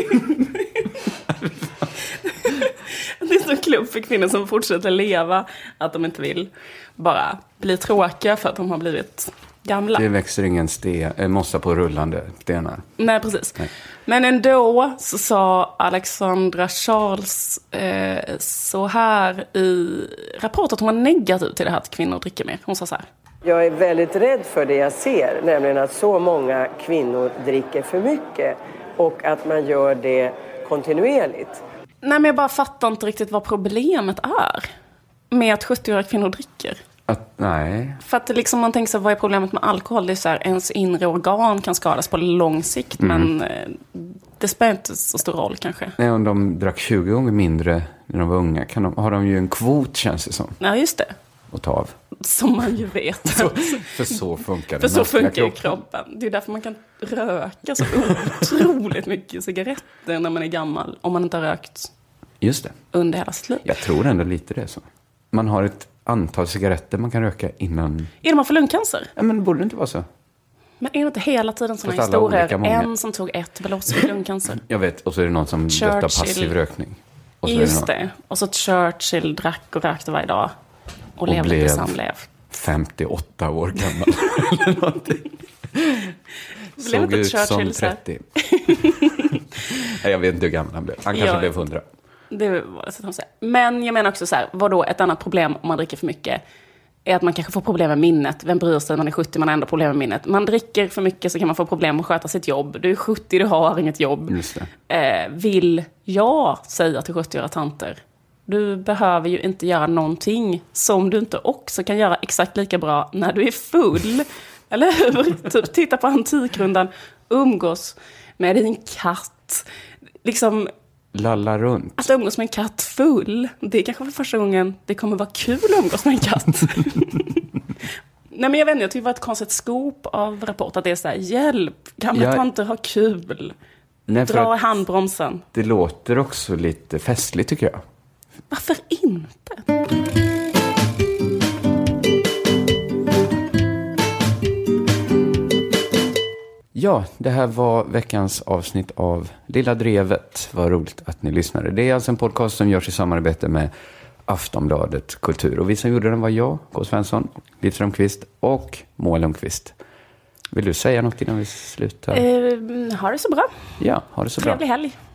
det är en sån klubb för kvinnor som fortsätter leva. Att de inte vill bara bli tråkiga för att de har blivit gamla. Det växer ingen ste, mossa på rullande stenar. Nej, precis. Nej. Men ändå så sa Alexandra Charles eh, så här i Rapport att hon var negativ till det här att kvinnor dricker mer. Hon sa så här. Jag är väldigt rädd för det jag ser, nämligen att så många kvinnor dricker för mycket och att man gör det kontinuerligt. Nej, men jag bara fattar inte riktigt vad problemet är med att sjuttio-åriga kvinnor dricker. Att, nej. För att liksom man tänker sig, vad är problemet med alkohol? Det är så här, ens inre organ kan skadas på lång sikt, mm. men Det spelar inte så stor roll kanske. Nej, om de drack tjugo gånger mindre när de var unga kan de, har de ju en kvot, känns det som. Ja, just det. Att ta av. Som man ju vet. Så, för så funkar det. För så funkar kroppen. kroppen. Det är därför man kan röka så otroligt mycket cigaretter när man är gammal. Om man inte har rökt just det. Under hela sitt liv. Jag tror ändå lite det är så. Man har ett antal cigaretter man kan röka innan... Innan man får lungcancer? Ja, men det borde inte vara så. Men är det inte hela tiden sådana historier? En som tog ett beloss för lungcancer. Jag vet, och så är det någon som dött av passiv rökning. Och så just det, det. Och så Churchill drack och rökte varje dag. Och, och levde tills han blev femtioåtta år gammal. Eller någonting. Såg ut som trettio. Nej, jag vet inte hur gammal han blev. Han kanske ja, blev hundra. Det var det som säger. Men jag menar också så här, vadå ett annat problem om man dricker för mycket är att man kanske får problem med minnet. Vem bryr sig, man är sjuttio, man har ändå problem med minnet. Man dricker för mycket så kan man få problem att sköta sitt jobb. Du är sjuttio, du har inget jobb. Just det. Eh, vill jag säga till sjuttioåriga tanter, du behöver ju inte göra någonting som du inte också kan göra exakt lika bra när du är full. Eller hur? Typ, titta på Antikrundan, umgås med din katt. Liksom... Lalla runt. Att umgås med en katt full, det är kanske för första gången det kommer vara kul att umgås med en katt. Nej, men jag vet inte, jag tycker det var ett konstigt skop av Rapport att det är så här, hjälp, gamla jag... tanter har kul. Nej, dra i handbromsen. Det låter också lite festligt tycker jag. Varför inte? Ja, det här var veckans avsnitt av Lilla Drevet. Vad roligt att ni lyssnade. Det är alltså en podcast som görs i samarbete med Aftonbladet Kultur. Och vi som gjorde den var jag, K. Svensson, Liv Strömqvist och Moa Lundqvist. Vill du säga något innan vi slutar? Eh, ha det så bra. Ja, ha det så bra. Trevlig helg.